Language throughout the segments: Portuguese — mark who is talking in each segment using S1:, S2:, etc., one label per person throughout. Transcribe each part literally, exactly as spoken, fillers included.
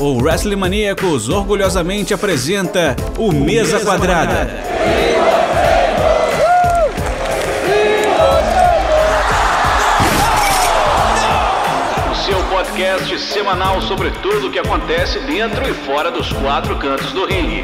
S1: O Wrestling Maníacos orgulhosamente apresenta o Mesa Quadrada.
S2: O seu podcast semanal sobre tudo o que acontece dentro e fora dos quatro cantos do ringue.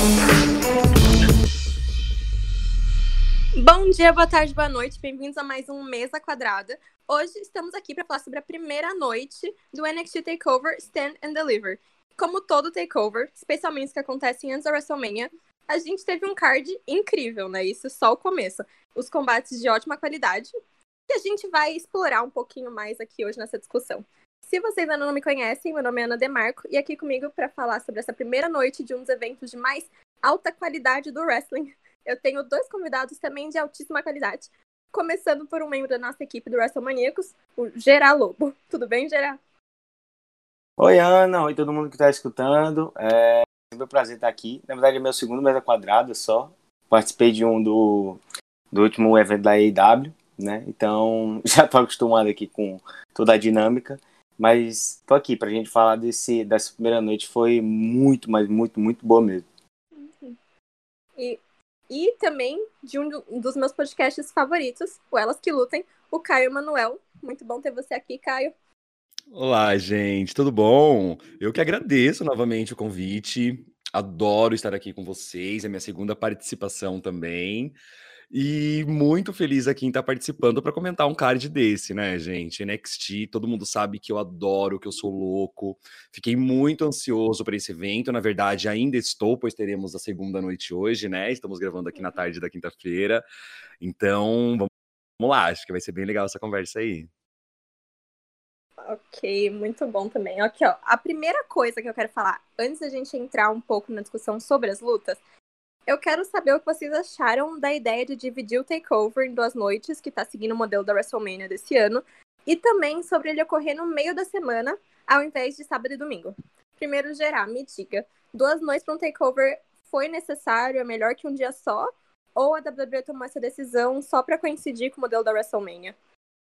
S3: Bom dia, boa tarde, boa noite, bem-vindos a mais um Mesa Quadrada. Hoje estamos aqui para falar sobre a primeira noite do N X T TakeOver Stand and Deliver. Como todo TakeOver, especialmente os que acontecem antes da WrestleMania, a gente teve um card incrível, né? Isso é só o começo. Os combates de ótima qualidade, que a gente vai explorar um pouquinho mais aqui hoje nessa discussão. Se vocês ainda não me conhecem, meu nome é Ana Demarco, e aqui comigo para falar sobre essa primeira noite de um dos eventos de mais alta qualidade do wrestling, eu tenho dois convidados também de altíssima qualidade. Começando por um membro da nossa equipe do WrestleManiacos, o Gerá Lobo. Tudo bem, Gerá?
S4: Oi, Ana. Oi, todo mundo que está escutando. É sempre um prazer estar aqui. Na verdade, é meu segundo Mesa Quadrada só. Participei de um do, do último evento da A E W, né? Então, já estou acostumado aqui com toda a dinâmica. Mas estou aqui para a gente falar desse, dessa primeira noite. Foi muito, mas muito, muito boa mesmo.
S3: Uhum. E... E também de um dos meus podcasts favoritos, o Elas Que Lutem, o Caio Manuel. Muito bom ter você aqui, Caio.
S5: Olá, gente, tudo bom? Eu que agradeço novamente o convite. Adoro estar aqui com vocês, é minha segunda participação também. E muito feliz aqui em estar participando para comentar um card desse, né, gente? N X T, todo mundo sabe que eu adoro, que eu sou louco. Fiquei muito ansioso para esse evento. Na verdade, ainda estou, pois teremos a segunda noite hoje, né? Estamos gravando aqui na tarde da quinta-feira. Então, vamos lá, acho que vai ser bem legal essa conversa aí.
S3: Ok, muito bom também. Aqui, ó, a primeira coisa que eu quero falar, antes da gente entrar um pouco na discussão sobre as lutas, eu quero saber o que vocês acharam da ideia de dividir o TakeOver em duas noites, que tá seguindo o modelo da WrestleMania desse ano, e também sobre ele ocorrer no meio da semana, ao invés de sábado e domingo. Primeiro, Gerá, me diga, duas noites para um TakeOver foi necessário, é melhor que um dia só, ou a W W E tomou essa decisão só para coincidir com o modelo da WrestleMania?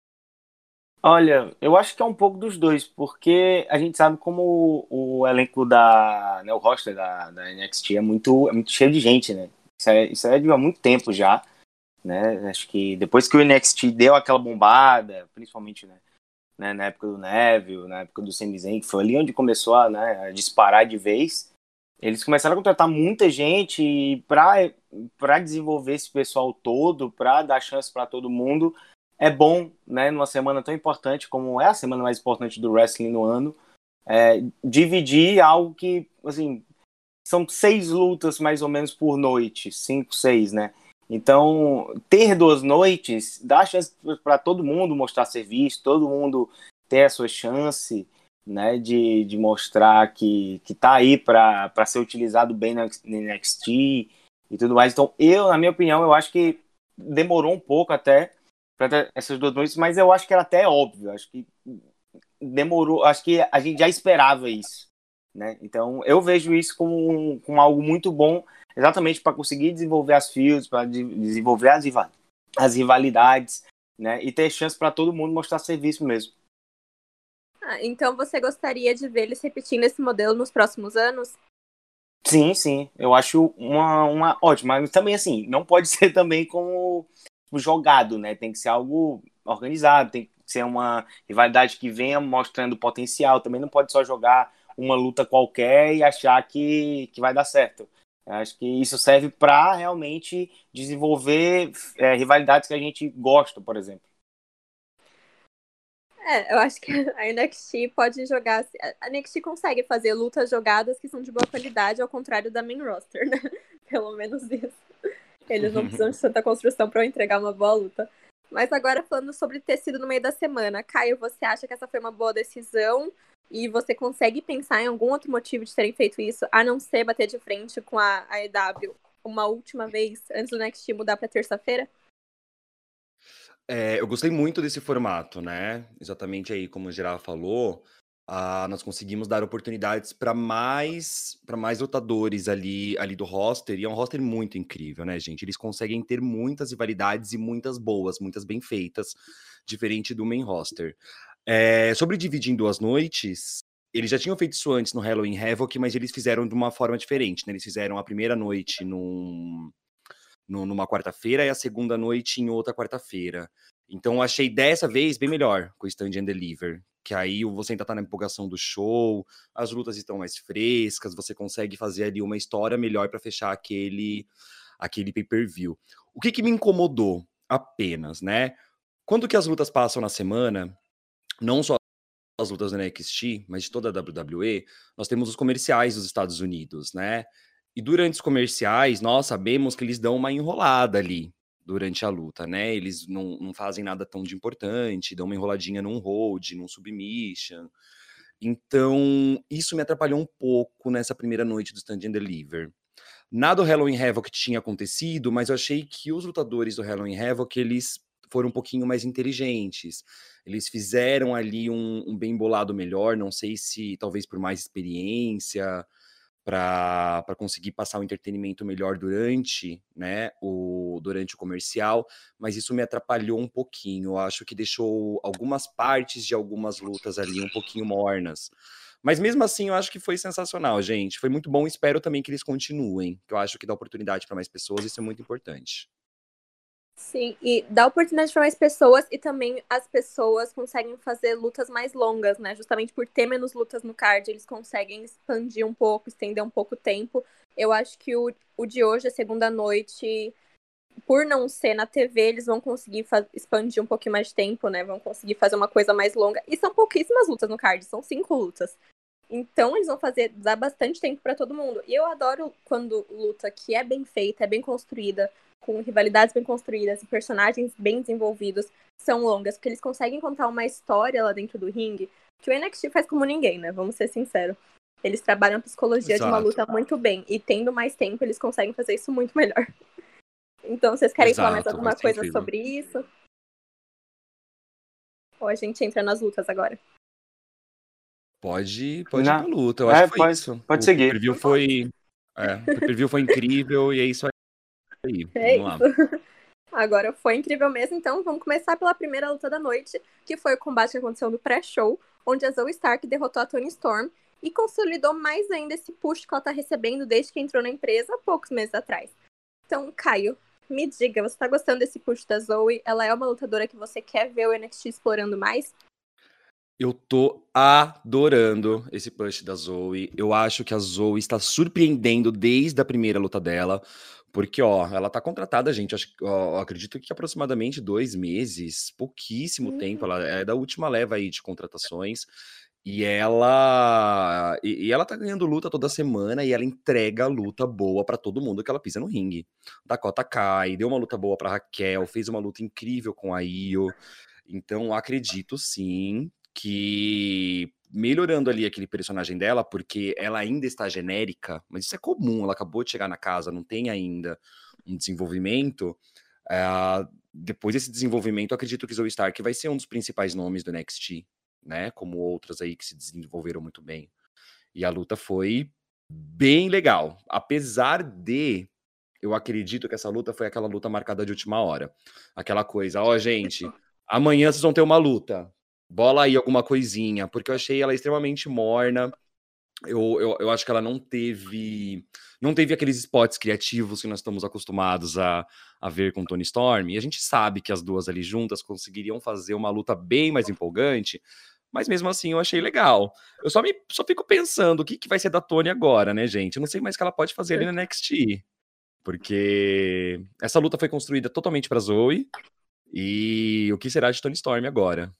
S4: Olha, eu acho que é um pouco dos dois, porque a gente sabe como o, o elenco da, né, o roster da, da N X T é muito, é muito cheio de gente, né? Isso é, isso é de há muito tempo já, né? Acho que depois que o N X T deu aquela bombada, principalmente, né, né, na época do Neville, na época do Sami Zayn, que foi ali onde começou a, né, a disparar de vez, eles começaram a contratar muita gente para para desenvolver esse pessoal todo, para dar chance para todo mundo. É bom, né, numa semana tão importante como é a semana mais importante do wrestling no ano, é, dividir algo que, assim, são seis lutas mais ou menos por noite, cinco, seis, né? Então, ter duas noites dá chance para todo mundo mostrar serviço, todo mundo ter a sua chance, né, de, de mostrar que, que tá aí para ser utilizado bem no N X T e tudo mais. Então, eu, na minha opinião, eu acho que demorou um pouco até para essas duas noites, mas eu acho que era até óbvio, acho que demorou, acho que a gente já esperava isso, né? Então eu vejo isso como, como algo muito bom, exatamente para conseguir desenvolver as fields, para de, desenvolver as, as rivalidades, né? E ter chance para todo mundo mostrar serviço mesmo.
S3: Ah, então você gostaria de ver eles repetindo esse modelo nos próximos anos?
S4: Sim, sim, eu acho uma, uma ótima, mas também assim, não pode ser também como jogado, né? Tem que ser algo organizado, tem que ser uma rivalidade que venha mostrando potencial. Também não pode só jogar uma luta qualquer e achar que, que vai dar certo. Eu acho que isso serve para realmente desenvolver é, rivalidades que a gente gosta, por exemplo.
S3: É, eu acho que a N X T pode jogar... A N X T consegue fazer lutas jogadas que são de boa qualidade, ao contrário da main roster, né? Pelo menos isso. Eles não precisam de tanta construção para entregar uma boa luta. Mas agora falando sobre ter sido no meio da semana. Caio, você acha que essa foi uma boa decisão? E você consegue pensar em algum outro motivo de terem feito isso, a não ser bater de frente com a A E W uma última vez, antes do N X T mudar para terça-feira?
S5: É, eu gostei muito desse formato, né? Exatamente aí, como o Gerard falou, ah, nós conseguimos dar oportunidades para mais para mais lutadores ali, ali do roster, e é um roster muito incrível, né, gente? Eles conseguem ter muitas rivalidades e muitas boas, muitas bem feitas, diferente do main roster. É, sobre dividir em duas noites, eles já tinham feito isso antes no Halloween Havoc, mas eles fizeram de uma forma diferente, né? Eles fizeram a primeira noite num, num- numa quarta-feira e a segunda noite em outra quarta-feira. Então eu achei dessa vez bem melhor com o Stand and Deliver. Que aí você ainda tá na empolgação do show, as lutas estão mais frescas, você consegue fazer ali uma história melhor pra fechar aquele, aquele pay-per-view. O que que me incomodou apenas, né? Quando que as lutas passam na semana, não só as lutas do N X T, mas de toda a W W E, nós temos os comerciais dos Estados Unidos, né? E durante os comerciais, nós sabemos que eles dão uma enrolada ali durante a luta, né? Eles não, não fazem nada tão de importante, dão uma enroladinha num hold, num submission. Então, isso me atrapalhou um pouco nessa primeira noite do Stand and Deliver. Nada do Halloween Havoc tinha acontecido, mas eu achei que os lutadores do Halloween Havoc, eles foram um pouquinho mais inteligentes. Eles fizeram ali um, um bem bolado melhor, não sei se talvez por mais experiência, para conseguir passar o entretenimento melhor durante, né, o, durante o comercial, mas isso me atrapalhou um pouquinho. Eu acho que deixou algumas partes de algumas lutas ali um pouquinho mornas. Mas mesmo assim, eu acho que foi sensacional, gente. Foi muito bom. Espero também que eles continuem, que eu acho que dá oportunidade para mais pessoas, isso é muito importante.
S3: Sim, e dá oportunidade para mais pessoas e também as pessoas conseguem fazer lutas mais longas, né? Justamente por ter menos lutas no card, eles conseguem expandir um pouco, estender um pouco o tempo. Eu acho que o, o de hoje, a segunda noite, por não ser na T V, eles vão conseguir expandir um pouquinho mais de tempo, né? Vão conseguir fazer uma coisa mais longa. E são pouquíssimas lutas no card, são cinco lutas. Então eles vão fazer, dar bastante tempo para todo mundo. E eu adoro quando luta que é bem feita, é bem construída, com rivalidades bem construídas e personagens bem desenvolvidos, são longas, porque eles conseguem contar uma história lá dentro do ringue que o N X T faz como ninguém, né? Vamos ser sinceros. Eles trabalham a psicologia
S5: Exato.
S3: de uma luta muito bem. E tendo mais tempo, eles conseguem fazer isso muito melhor. Então, vocês querem
S5: Exato,
S3: falar mais alguma
S5: isso é
S3: coisa
S5: incrível.
S3: sobre isso? Ou a gente entra nas lutas agora?
S5: Pode, pode ir pra
S4: Não.
S5: luta, eu
S4: É,
S5: acho que foi
S4: pode,
S5: isso.
S4: pode
S5: O
S4: seguir.
S5: pay-per-view foi, é, o pay-per-view foi incrível e é isso aí.
S3: É
S5: Vamos lá.
S3: isso. Agora foi incrível mesmo, então vamos começar pela primeira luta da noite, que foi o combate que aconteceu no pré-show, onde a Zoey Stark derrotou a Toni Storm e consolidou mais ainda esse push que ela tá recebendo desde que entrou na empresa há poucos meses atrás. Então, Caio, me diga, você tá gostando desse push da Zoey? Ela é uma lutadora que você quer ver o N X T explorando mais?
S5: Eu tô adorando esse push da Zoey. Eu acho que a Zoey está surpreendendo desde a primeira luta dela. Porque, ó, ela tá contratada, gente. Acho, ó, eu acredito que aproximadamente dois meses, pouquíssimo
S3: Hum.
S5: tempo. Ela é da última leva aí de contratações. E ela. E, e ela tá ganhando luta toda semana e ela entrega luta boa pra todo mundo que ela pisa no ringue. Dakota Kai, deu uma luta boa pra Raquel, fez uma luta incrível com a Io. Então, acredito sim que melhorando ali aquele personagem dela, porque ela ainda está genérica, mas isso é comum, ela acabou de chegar na casa, não tem ainda um desenvolvimento. É, depois desse desenvolvimento, eu acredito que Zoey Stark vai ser um dos principais nomes do N X T, né? Como outras aí que se desenvolveram muito bem. E a luta foi bem legal. Apesar de eu acredito que essa luta foi aquela luta marcada de última hora. Aquela coisa, ó, gente, amanhã vocês vão ter uma luta. Bola aí alguma coisinha, porque eu achei ela extremamente morna. Eu, eu, eu acho que ela não teve não teve aqueles spots criativos que nós estamos acostumados a, a ver com Toni Storm. E a gente sabe que as duas ali juntas conseguiriam fazer uma luta bem mais empolgante, mas mesmo assim eu achei legal. Eu só, me, só fico pensando o que, que vai ser da Toni agora, né, gente? Eu não sei mais o que ela pode fazer ali no N X T. Porque essa luta foi construída totalmente pra Zoey. E o que será de Toni Storm agora?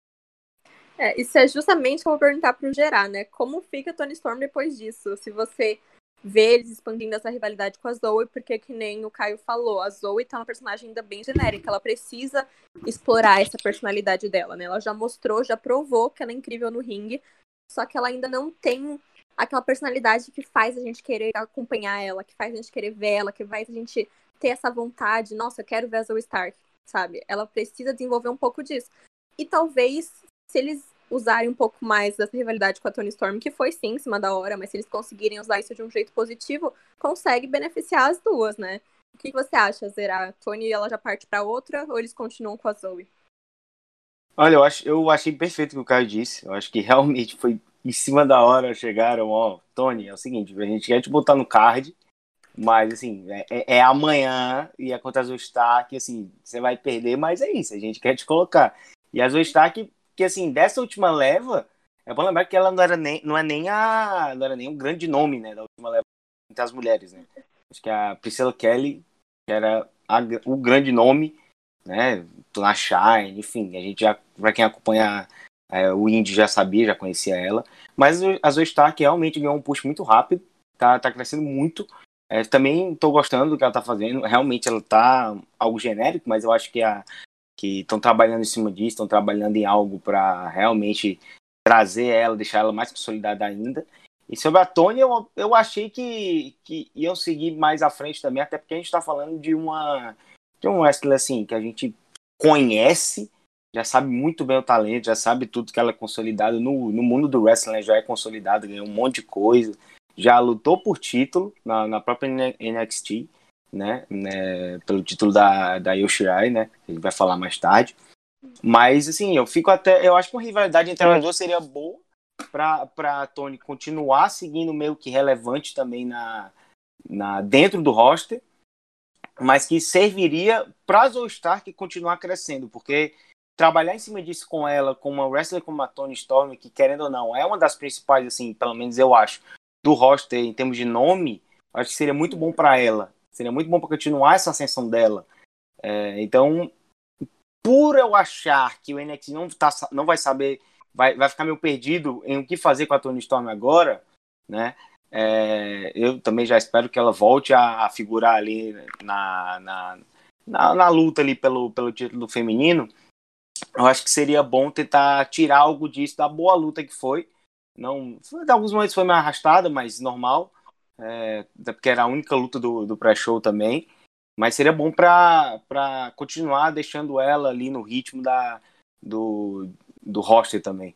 S3: É, isso é justamente como perguntar pro Gerard, né? Como fica Toni Storm depois disso? Se você vê eles expandindo essa rivalidade com a Zoey, porque que nem o Caio falou, a Zoey tá uma personagem ainda bem genérica, ela precisa explorar essa personalidade dela, né? Ela já mostrou, já provou que ela é incrível no ringue, só que ela ainda não tem aquela personalidade que faz a gente querer acompanhar ela, que faz a gente querer ver ela, que faz a gente ter essa vontade, nossa, eu quero ver a Zoey Stark, sabe? Ela precisa desenvolver um pouco disso. E talvez, se eles usarem um pouco mais dessa rivalidade com a Toni Storm, que foi sim em cima da hora, mas se eles conseguirem usar isso de um jeito positivo, consegue beneficiar as duas, né? O que você acha, Zera? A Toni, ela já parte pra outra ou eles continuam com a Zoey?
S4: Olha, eu, acho, eu achei perfeito o que o Caio disse. Eu acho que realmente foi em cima da hora chegaram, ó, Tony, é o seguinte, a gente quer te botar no card, mas assim, é, é amanhã e é contra a Zoe Stark, assim, você vai perder, mas é isso, a gente quer te colocar. E a Zoe Stark, que assim, dessa última leva, é bom lembrar que ela não era nem, não é nem a, não era nem um grande nome, né, da última leva entre as mulheres, né. Acho que a Priscilla Kelly, que era a, o grande nome, né, na Shine, enfim, a gente já, pra quem acompanha é, o Indy já sabia, já conhecia ela, mas a Zoe Stark realmente ganhou um push muito rápido, tá, tá crescendo muito. É, também estou gostando do que ela está fazendo. Realmente ela está algo genérico, mas eu acho que estão trabalhando em cima disso, estão trabalhando em algo para realmente trazer ela, deixar ela mais consolidada ainda. E sobre a Tony, eu, eu achei que, que iam seguir mais à frente também, até porque a gente está falando de uma de um wrestler assim, que a gente conhece, já sabe muito bem o talento, já sabe tudo que ela é consolidada no, no mundo do wrestling, já é consolidada, ganhou um monte de coisa. Já lutou por título na, na própria N X T, né, né, pelo título da, da Io Shirai, né, a gente vai falar mais tarde. Mas, assim, eu fico até, eu acho que uma rivalidade entre as duas seria boa para para Tony continuar seguindo meio que relevante também na, na, dentro do roster, mas que serviria para a Zoe Stark continuar crescendo, porque trabalhar em cima disso com ela, com uma wrestler como a Toni Storm, que querendo ou não, é uma das principais, assim, pelo menos eu acho, do roster em termos de nome, acho que seria muito bom para ela. Seria muito bom para continuar essa ascensão dela. É, então, por eu achar que o N X T não, tá, não vai saber, vai, vai ficar meio perdido em o que fazer com a Toni Storm agora, né? É, eu também já espero que ela volte a, a figurar ali na, na, na, na luta ali pelo, pelo título feminino. Eu acho que seria bom tentar tirar algo disso da boa luta que foi. Não, em alguns momentos foi meio arrastada, mas normal, é, até porque era a única luta do, do pré-show também, mas seria bom para continuar deixando ela ali no ritmo da, do, do roster também.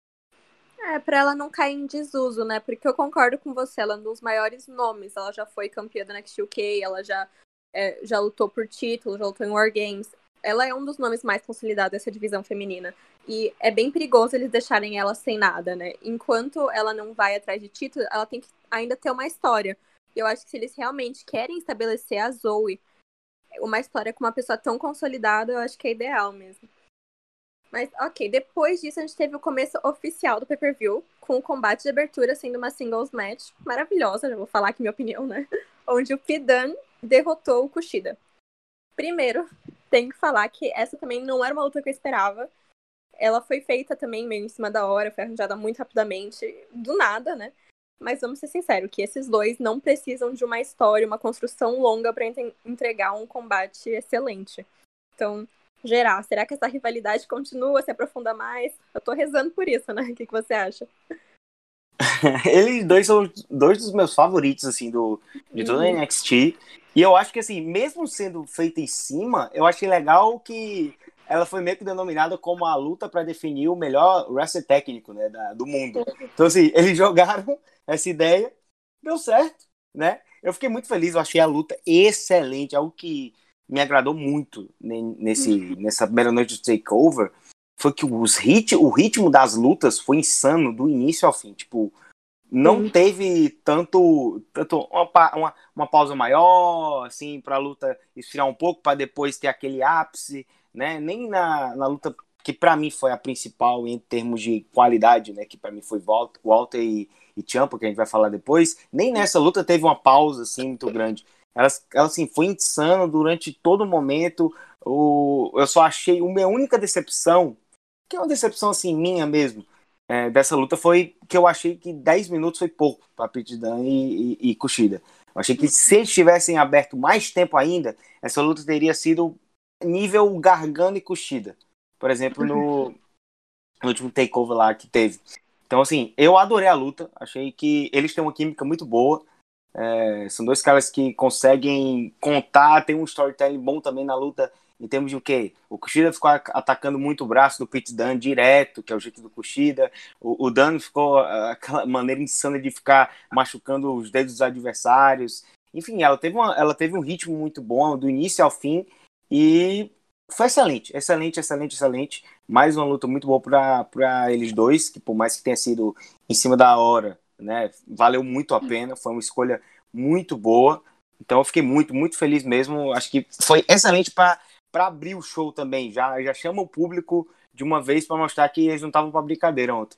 S3: É, pra ela não cair em desuso, né, porque eu concordo com você, ela é um dos maiores nomes, ela já foi campeã da N X T U K, ela já, é, já lutou por título, já lutou em War Games, ela é um dos nomes mais consolidados dessa divisão feminina. E é bem perigoso eles deixarem ela sem nada, né? Enquanto ela não vai atrás de título, ela tem que ainda ter uma história. E eu acho que se eles realmente querem estabelecer a Zoe, uma história com uma pessoa tão consolidada, eu acho que é ideal mesmo. Mas, ok, depois disso a gente teve o começo oficial do pay-per-view, com o combate de abertura sendo uma singles match maravilhosa, já vou falar aqui minha opinião, né? Onde o Pete Dunne derrotou o Kushida. Primeiro, tenho que falar que essa também não era uma luta que eu esperava. Ela foi feita também meio em cima da hora, foi arranjada muito rapidamente, do nada, né? Mas vamos ser sinceros, que esses dois não precisam de uma história, uma construção longa para entregar um combate excelente. Então, gerar, será que essa rivalidade continua, se aprofunda mais? Eu tô rezando por isso, né? O que, que você acha?
S4: Eles dois são dois dos meus favoritos, assim, do, de toda a N X T. E eu acho que, assim, mesmo sendo feita em cima, eu achei legal que ela foi meio que denominada como a luta para definir o melhor wrestler técnico, né, da, do mundo. Então, assim, eles jogaram essa ideia, deu certo, né? Eu fiquei muito feliz, eu achei a luta excelente, algo que me agradou muito nesse, nessa primeira noite do TakeOver, foi que os hit, o ritmo das lutas foi insano do início ao fim, tipo, não teve tanto, tanto uma, uma, uma pausa maior, assim, pra luta esfriar um pouco, para depois ter aquele ápice, né? Nem na, na luta que pra mim foi a principal em termos de qualidade, né? Que pra mim foi Walter, Walter e, e Ciampa, que a gente vai falar depois. Nem nessa luta teve uma pausa, assim, muito grande. Ela, ela assim, foi insano durante todo o momento. O, eu só achei, a minha única decepção, que é uma decepção, assim, minha mesmo, É, dessa luta foi que eu achei que dez minutos foi pouco para Pete Dunne e, e, e Kushida. Eu achei que se eles tivessem aberto mais tempo ainda, essa luta teria sido nível Gargano e Kushida, por exemplo, no, no último takeover lá que teve. Então, assim, eu adorei a luta, achei que eles têm uma química muito boa, é, são dois caras que conseguem contar, tem um storytelling bom também na luta. Em termos de o quê? O Kushida ficou atacando muito o braço do Pete Dunne direto, que é o jeito do Kushida. O, o Dunne ficou uh, aquela maneira insana de ficar machucando os dedos dos adversários. Enfim, ela teve, uma, ela teve um ritmo muito bom do início ao fim e foi excelente, excelente, excelente, excelente. Mais uma luta muito boa para eles dois, que por mais que tenha sido em cima da hora, né, valeu muito a pena, foi uma escolha muito boa. Então eu fiquei muito, muito feliz mesmo. Acho que foi excelente para abrir o show também. Já, já chama o público de uma vez para mostrar que eles não estavam para brincadeira ontem.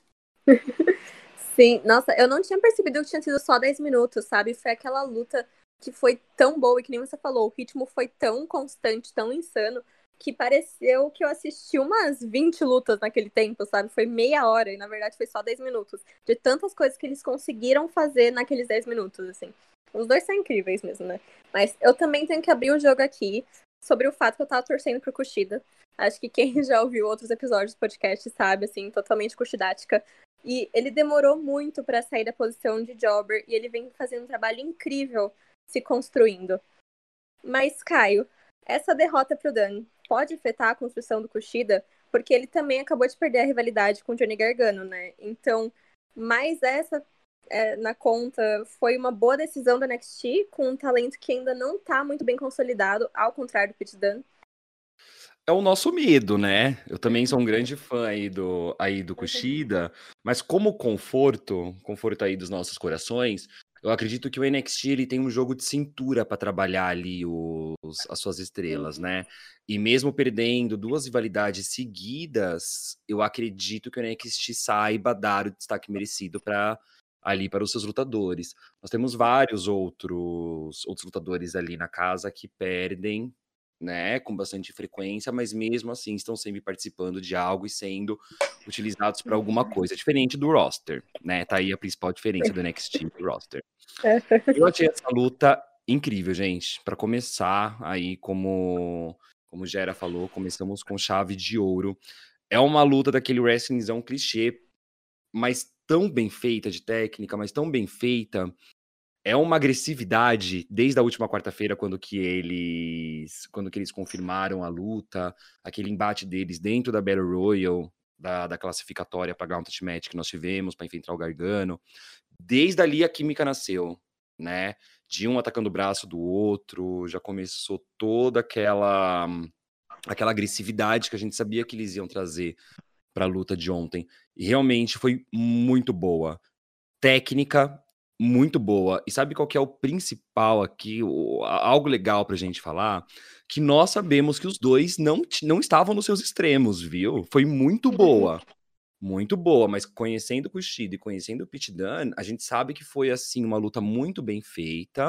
S3: Sim, nossa, eu não tinha percebido que tinha sido só dez minutos, sabe? Foi aquela luta que foi tão boa e que nem você falou, o ritmo foi tão constante, tão insano, que pareceu que eu assisti umas vinte lutas naquele tempo, sabe? Foi meia hora e na verdade foi só dez minutos. De tantas coisas que eles conseguiram fazer naqueles dez minutos, assim. Os dois são incríveis mesmo, né? Mas eu também tenho que abrir o jogo aqui sobre o fato que eu tava torcendo pro Kushida. Acho que quem já ouviu outros episódios do podcast sabe, assim, totalmente kushidática. E ele demorou muito pra sair da posição de jobber e ele vem fazendo um trabalho incrível se construindo. Mas, Caio, essa derrota pro Dan pode afetar a construção do Kushida? Porque ele também acabou de perder a rivalidade com o Johnny Gargano, né? Então, mais essa é, na conta foi uma boa decisão do N X T com um talento que ainda não tá muito bem consolidado, ao contrário do Pete Dunne.
S5: É o nosso medo, né? Eu também sou um grande fã aí do, aí do Kushida, mas como conforto, conforto aí dos nossos corações, eu acredito que o N X T ele tem um jogo de cintura para trabalhar ali os, as suas estrelas, né? E mesmo perdendo duas rivalidades seguidas, eu acredito que o N X T saiba dar o destaque merecido para ali para os seus lutadores. Nós temos vários outros, outros lutadores ali na casa que perdem, né, com bastante frequência, mas mesmo assim estão sempre participando de algo e sendo utilizados para alguma coisa, diferente do roster, né? Tá aí a principal diferença do N X T do roster. Eu achei essa luta incrível, gente. Para começar, aí, como, como Gera falou, começamos com chave de ouro. É uma luta daquele wrestlingzão clichê, mas tão bem feita de técnica, mas tão bem feita. É uma agressividade desde a última quarta-feira, quando que eles quando que eles confirmaram a luta, aquele embate deles dentro da Battle Royal, da, da classificatória para Gauntlet Match que nós tivemos para enfrentar o Gargano. Desde ali a química nasceu, né? De um atacando o braço do outro, já começou toda aquela, aquela agressividade que a gente sabia que eles iam trazer para a luta de ontem. E realmente foi muito boa. Técnica muito boa. E sabe qual que é o principal aqui? O, algo legal pra gente falar? Que nós sabemos que os dois não, não estavam nos seus extremos, viu? Foi muito boa. Muito boa, mas conhecendo o Kushida e conhecendo o Pete Dunne, a gente sabe que foi, assim, uma luta muito bem feita.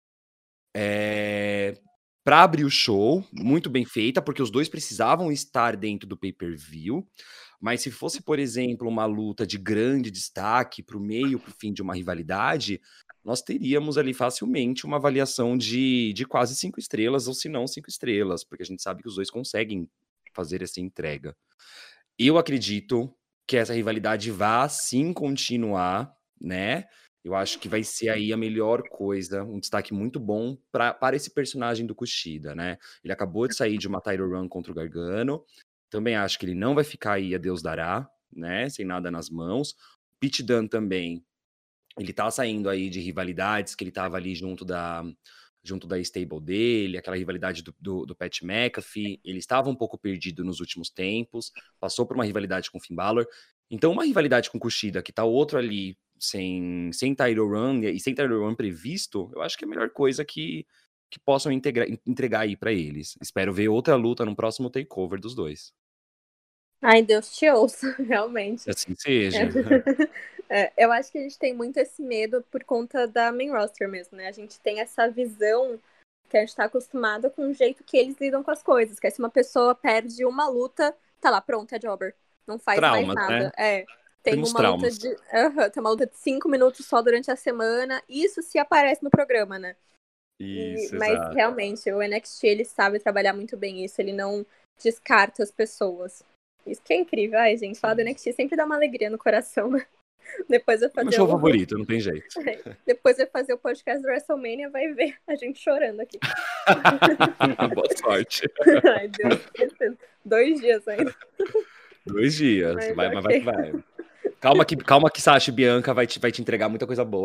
S5: É... Pra abrir o show, muito bem feita, porque os dois precisavam estar dentro do pay-per-view. Mas se fosse, por exemplo, uma luta de grande destaque para o meio, para o fim de uma rivalidade, nós teríamos ali facilmente uma avaliação de, de quase cinco estrelas, ou se não cinco estrelas, porque a gente sabe que os dois conseguem fazer essa entrega. Eu acredito que essa rivalidade vá sim continuar, né? Eu acho que vai ser aí a melhor coisa, um destaque muito bom pra, para esse personagem do Kushida, né? Ele acabou de sair de uma title run contra o Gargano. Também acho que ele não vai ficar aí a Deus dará, né? Sem nada nas mãos. Pete Dunne também, ele tá saindo aí de rivalidades, que ele tava ali junto da, junto da stable dele, aquela rivalidade do, do, do Pat McAfee. Ele estava um pouco perdido nos últimos tempos, passou por uma rivalidade com o Finn Balor. Então, uma rivalidade com o Kushida, que tá outro ali sem, sem title run, e sem title run previsto, eu acho que é a melhor coisa que, que possam integra, entregar aí pra eles. Espero ver outra luta no próximo takeover dos dois.
S3: Ai, Deus te ouça, realmente.
S5: Assim seja.
S3: É, eu acho que a gente tem muito esse medo por conta da main roster mesmo, né? A gente tem essa visão que a gente tá acostumado com o jeito que eles lidam com as coisas. Que é se uma pessoa perde uma luta, tá lá, pronto, é jobber. Não faz
S5: Traumas,
S3: mais nada.
S5: né?
S3: É. Tem
S5: Temos
S3: uma
S5: traumas.
S3: luta de. Uh-huh, tem uma luta de cinco minutos só durante a semana. Isso se aparece no programa, né?
S5: Isso,
S3: e, mas
S5: exato.
S3: realmente, o N X T ele sabe trabalhar muito bem isso. Ele não descarta as pessoas. Isso que é incrível. Ai, gente, falar do N X T sempre dá uma alegria no coração, né? Depois vai
S5: É
S3: fazer
S5: meu show
S3: o...
S5: favorito, não tem jeito.
S3: Depois vai fazer o podcast do WrestleMania, vai ver a gente chorando aqui.
S5: Boa sorte.
S3: Ai, Deus. Dois dias ainda.
S5: Dois dias,
S3: Mas,
S5: vai, mas
S3: ok.
S5: vai, vai. Calma que, calma que Sasha e Bianca vai te, vai te entregar muita coisa boa aí.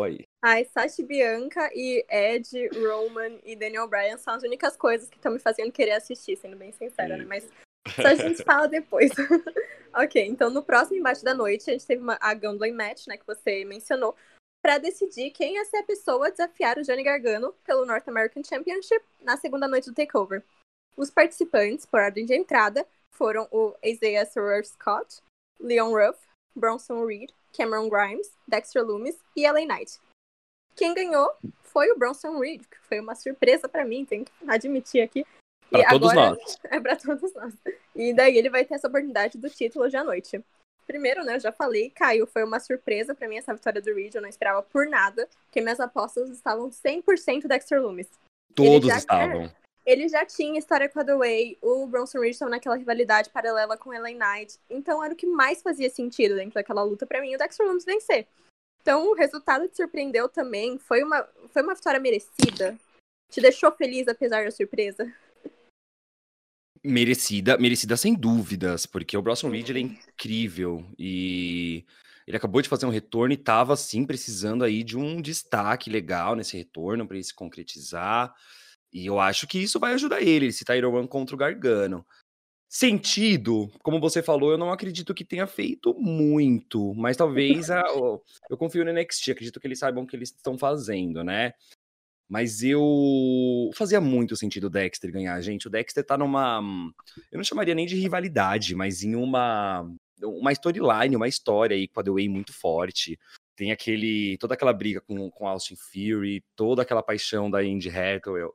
S3: Ai, Sasha e Bianca e Ed, Roman e Daniel Bryan são as únicas coisas que estão me fazendo querer assistir, sendo bem sincera, né? Mas isso a gente fala depois. Ok, então no próximo embate da noite, a gente teve uma, a Gauntlet Match, né, que você mencionou, pra decidir quem ia ser a pessoa a desafiar o Johnny Gargano pelo North American Championship na segunda noite do TakeOver. Os participantes, por ordem de entrada, foram o Isaiah Swerve Scott, Leon Ruff, Bronson Reed, Cameron Grimes, Dexter Lumis e L A Knight. Quem ganhou foi o Bronson Reed, que foi uma surpresa pra mim, tenho que admitir aqui.
S5: Para todos
S3: agora,
S5: nós.
S3: É pra todos nós. E daí ele vai ter essa oportunidade do título hoje à noite. Primeiro, né, eu já falei, Caio, foi uma surpresa pra mim essa vitória do Reed, eu não esperava por nada, porque minhas apostas estavam cem por cento Dexter Lumis.
S5: Todos
S3: já,
S5: estavam.
S3: É, ele já tinha história com a The Way, o Bronson Reed estava naquela rivalidade paralela com L A Knight, então era o que mais fazia sentido dentro daquela luta pra mim, o Dexter Lumis vencer. Então o resultado te surpreendeu também, foi uma, foi uma vitória merecida? Te deixou feliz apesar da surpresa?
S5: Merecida, merecida sem dúvidas, porque o Bronson Reed ele é incrível e ele acabou de fazer um retorno e estava sim precisando aí de um destaque legal nesse retorno para ele se concretizar. E eu acho que isso vai ajudar ele, esse Title One contra o Gargano. Sentido, como você falou, eu não acredito que tenha feito muito, mas talvez a, eu confio no N X T, acredito que eles saibam o que eles estão fazendo, né? Mas eu fazia muito sentido o Dexter ganhar, gente. O Dexter tá numa, eu não chamaria nem de rivalidade, mas em uma uma storyline, uma história aí com a The Way muito forte. Tem aquele, toda aquela briga com, com Austin Theory, toda aquela paixão da Indy Hartwell.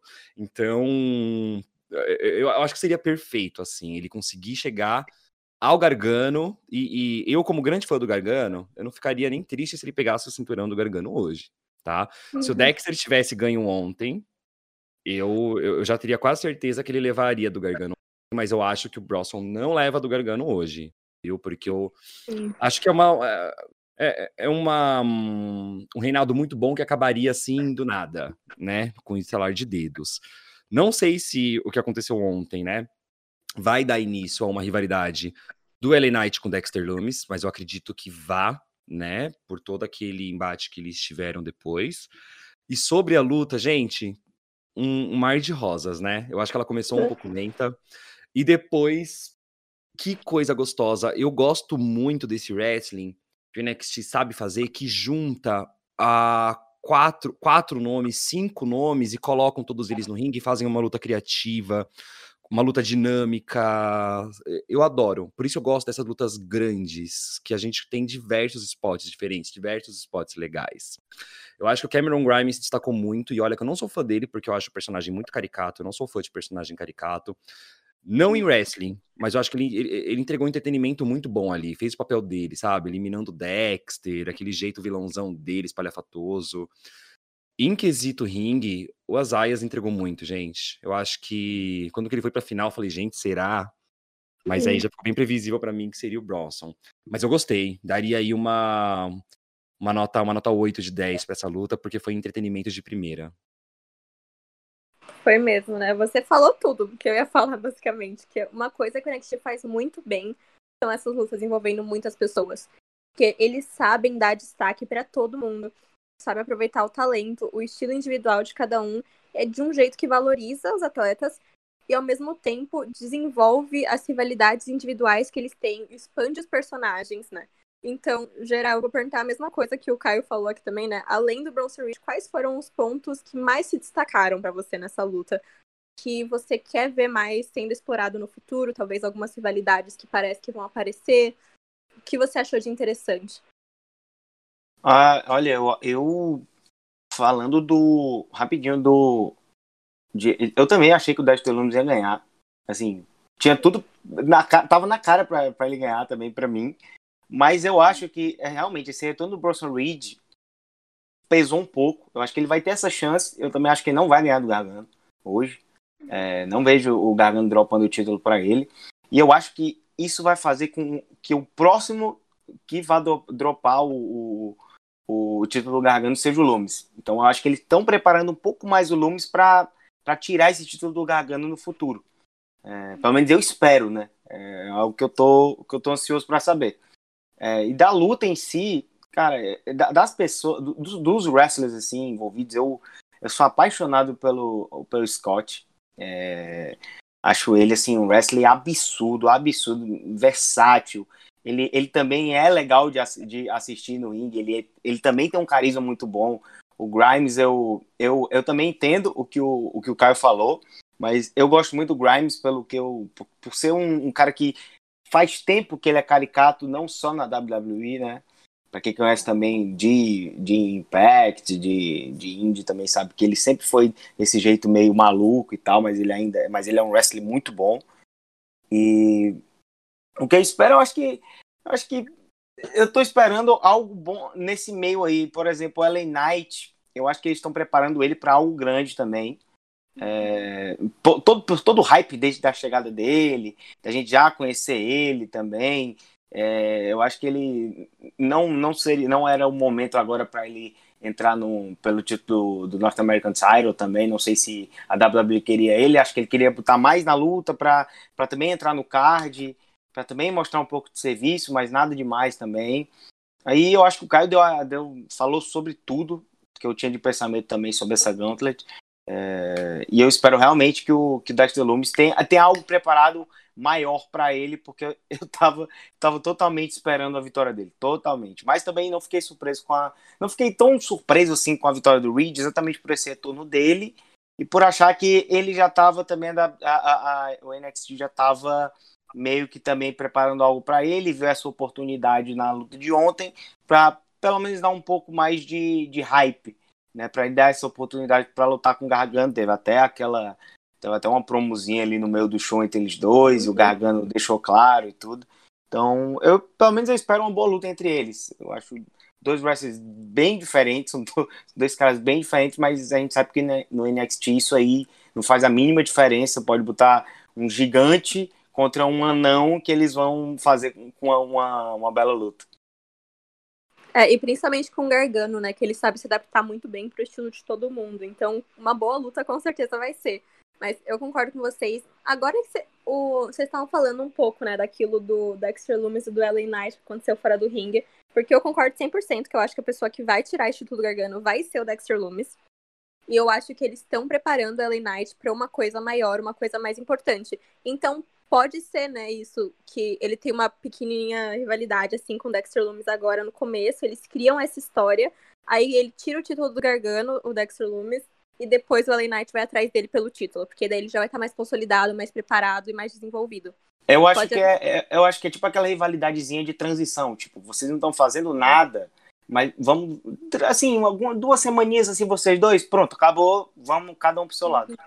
S5: Então, eu acho que seria perfeito, assim, ele conseguir chegar ao Gargano, e, e eu, como grande fã do Gargano, eu não ficaria nem triste se ele pegasse o cinturão do Gargano hoje, tá? Uhum. Se o Dexter tivesse ganho ontem, eu, eu já teria quase certeza que ele levaria do Gargano, mas eu acho que o Bronson não leva do Gargano hoje, viu? Porque eu Sim. acho que é uma... É, é uma, um, um reinado muito bom que acabaria assim do nada, né? Com estalar de dedos. Não sei se o que aconteceu ontem, né? Vai dar início a uma rivalidade do L A Knight com Dexter Lumis, mas eu acredito que vá, né? Por todo aquele embate que eles tiveram depois. E sobre a luta, gente, um, um mar de rosas, né? Eu acho que ela começou um pouco lenta. E depois, que coisa gostosa. Eu gosto muito desse wrestling que o N X T sabe fazer, que junta a quatro, quatro nomes, cinco nomes e colocam todos eles no ringue e fazem uma luta criativa, uma luta dinâmica. Eu adoro. Por isso eu gosto dessas lutas grandes, que a gente tem diversos spots diferentes, diversos spots legais. Eu acho que o Cameron Grimes se destacou muito, e olha que eu não sou fã dele, porque eu acho o personagem muito caricato, eu não sou fã de personagem caricato. Não em wrestling, mas eu acho que ele, ele, ele entregou um entretenimento muito bom ali, fez o papel dele, sabe? Eliminando o Dexter, aquele jeito vilãozão dele, espalhafatoso. Em quesito ringue, o Azaias entregou muito, gente. Eu acho que quando ele foi pra final, eu falei, gente, será? Mas aí já ficou bem previsível pra mim que seria o Bronson. Mas eu gostei, daria aí uma, uma, nota, uma nota oito de dez pra essa luta, porque foi entretenimento de primeira.
S3: Foi mesmo, né? Você falou tudo que eu ia falar, basicamente. Que uma coisa que o N X T faz muito bem são essas lutas envolvendo muitas pessoas. Porque eles sabem dar destaque pra todo mundo. Sabem aproveitar o talento, o estilo individual de cada um. É de um jeito que valoriza os atletas e, ao mesmo tempo, desenvolve as rivalidades individuais que eles têm, expande os personagens, né? Então, geral, eu vou perguntar a mesma coisa que o Caio falou aqui também, né? Além do Bronson Reed, quais foram os pontos que mais se destacaram pra você nessa luta? Que você quer ver mais sendo explorado no futuro? Talvez algumas rivalidades que parece que vão aparecer? O que você achou de interessante?
S4: Ah, olha, eu, eu falando do... Rapidinho do... De, eu também achei que o Dexter Lumis ia ganhar. Assim, tinha tudo... Na, tava na cara pra, pra ele ganhar também, pra mim. Mas eu acho que, realmente, esse retorno do Bronson Reed pesou um pouco. Eu acho que ele vai ter essa chance. Eu também acho que ele não vai ganhar do Gargano hoje. É, não vejo o Gargano dropando o título para ele. E eu acho que isso vai fazer com que o próximo que vai do, dropar o, o, o título do Gargano seja o Lumis. Então eu acho que eles estão preparando um pouco mais o Lumis para tirar esse título do Gargano no futuro. É, pelo menos eu espero, né? É algo que eu tô, que eu tô ansioso para saber. É, e da luta em si, cara, é, da- das pessoas, do- dos, dos wrestlers, assim, envolvidos, eu, eu sou apaixonado pelo, pelo Scott. É, acho ele, assim, um wrestler absurdo, absurdo, versátil. Ele, ele também é legal de, ass- de assistir no ringue, ele, é- ele também tem um carisma muito bom. O Grimes, eu, eu, eu também entendo o que o, o que o Caio falou, mas eu gosto muito do Grimes pelo que eu, por, por ser um, um cara que faz tempo que ele é caricato, não só na W W E, né? Pra quem conhece também de, de Impact, de, de Indie, também sabe que ele sempre foi desse jeito meio maluco e tal, mas ele ainda mas ele é um wrestler muito bom. E o que eu espero, eu acho que eu acho que eu tô esperando algo bom nesse meio aí. Por exemplo, o L A Knight, eu acho que eles estão preparando ele para algo grande também. É, po- todo, por todo o hype desde a chegada dele, da gente já conhecer ele também. É, eu acho que ele não, não, seria, não era o momento agora para ele entrar no, pelo título do North American Title também. Não sei se a W W E queria ele, acho que ele queria botar mais na luta para também entrar no card, para também mostrar um pouco de serviço, mas nada demais também. Aí eu acho que o Caio deu, a- deu, falou sobre tudo que eu tinha de pensamento também sobre essa Gauntlet. É, e eu espero realmente que o, que o Dexter Lumis tenha, tenha algo preparado maior para ele, porque eu, eu tava, tava totalmente esperando a vitória dele, totalmente. Mas também não fiquei surpreso com a. Não fiquei tão surpreso assim com a vitória do Reed, exatamente por esse retorno dele e por achar que ele já estava também, da, a, a, a, o N X T já estava meio que também preparando algo para ele, viu essa oportunidade na luta de ontem para pelo menos dar um pouco mais de, de hype, né, para dar essa oportunidade para lutar com o Gargano. Teve até aquela teve até uma promozinha ali no meio do show entre eles dois, e o Gargano deixou claro e tudo. Então, eu pelo menos eu espero uma boa luta entre eles. Eu acho dois wrestlers bem diferentes, são dois caras bem diferentes, mas a gente sabe que no N X T isso aí não faz a mínima diferença. Pode botar um gigante contra um anão que eles vão fazer com uma, uma, uma bela luta.
S3: É, e principalmente com o Gargano, né? Que ele sabe se adaptar muito bem pro estilo de todo mundo. Então, uma boa luta com certeza vai ser. Mas eu concordo com vocês. Agora que cê, o, vocês estavam falando um pouco, né, daquilo do Dexter Lumis e do L A Knight que aconteceu fora do ringue. Porque eu concordo cem por cento que eu acho que a pessoa que vai tirar esse título do Gargano vai ser o Dexter Lumis. E eu acho que eles estão preparando o L A Knight pra uma coisa maior, uma coisa mais importante. Então, pode ser, né, isso, que ele tem uma pequenininha rivalidade, assim, com o Dexter Lumis agora no começo. Eles criam essa história, aí ele tira o título do Gargano, o Dexter Lumis, e depois o L A Knight vai atrás dele pelo título, porque daí ele já vai estar mais consolidado, mais preparado e mais desenvolvido.
S4: Eu acho,
S3: Pode
S4: que é, é, eu acho que é tipo aquela rivalidadezinha de transição. Tipo, vocês não estão fazendo nada, mas vamos, assim, alguma, duas semaninhas assim, vocês dois, pronto, acabou, vamos cada um pro seu lado.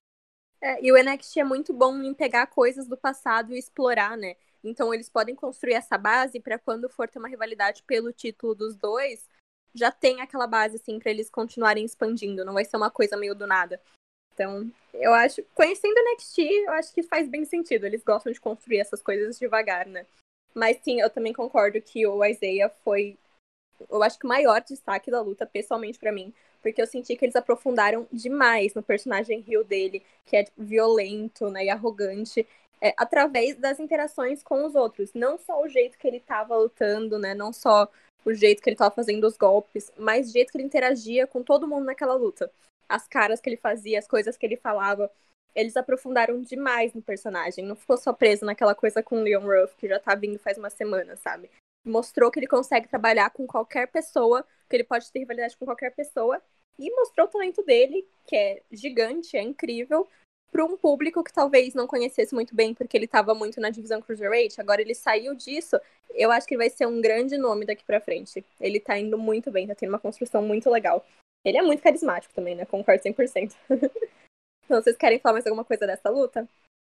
S3: É, e o N X T é muito bom em pegar coisas do passado e explorar, né? Então eles podem construir essa base pra quando for ter uma rivalidade pelo título dos dois, já tem aquela base, assim, pra eles continuarem expandindo. Não vai ser uma coisa meio do nada. Então, eu acho, conhecendo o N X T, eu acho que faz bem sentido. Eles gostam de construir essas coisas devagar, né? Mas sim, eu também concordo que o Isaiah foi, eu acho que o maior destaque da luta, pessoalmente pra mim, porque eu senti que eles aprofundaram demais no personagem heel dele, que é tipo, violento, né, e arrogante, é, através das interações com os outros. Não só o jeito que ele tava lutando, né, não só o jeito que ele tava fazendo os golpes, mas o jeito que ele interagia com todo mundo naquela luta. As caras que ele fazia, as coisas que ele falava, eles aprofundaram demais no personagem. Não ficou só preso naquela coisa com o Leon Ruff, que já tá vindo faz uma semana, sabe? Mostrou que ele consegue trabalhar com qualquer pessoa, que ele pode ter rivalidade com qualquer pessoa, e mostrou o talento dele, que é gigante, é incrível, para um público que talvez não conhecesse muito bem, porque ele estava muito na divisão Cruiserweight. Agora ele saiu disso, eu acho que ele vai ser um grande nome daqui pra frente. Ele tá indo muito bem, tá tendo uma construção muito legal. Ele é muito carismático também, né? Concordo cem por cento. Então, vocês querem falar mais alguma coisa dessa luta?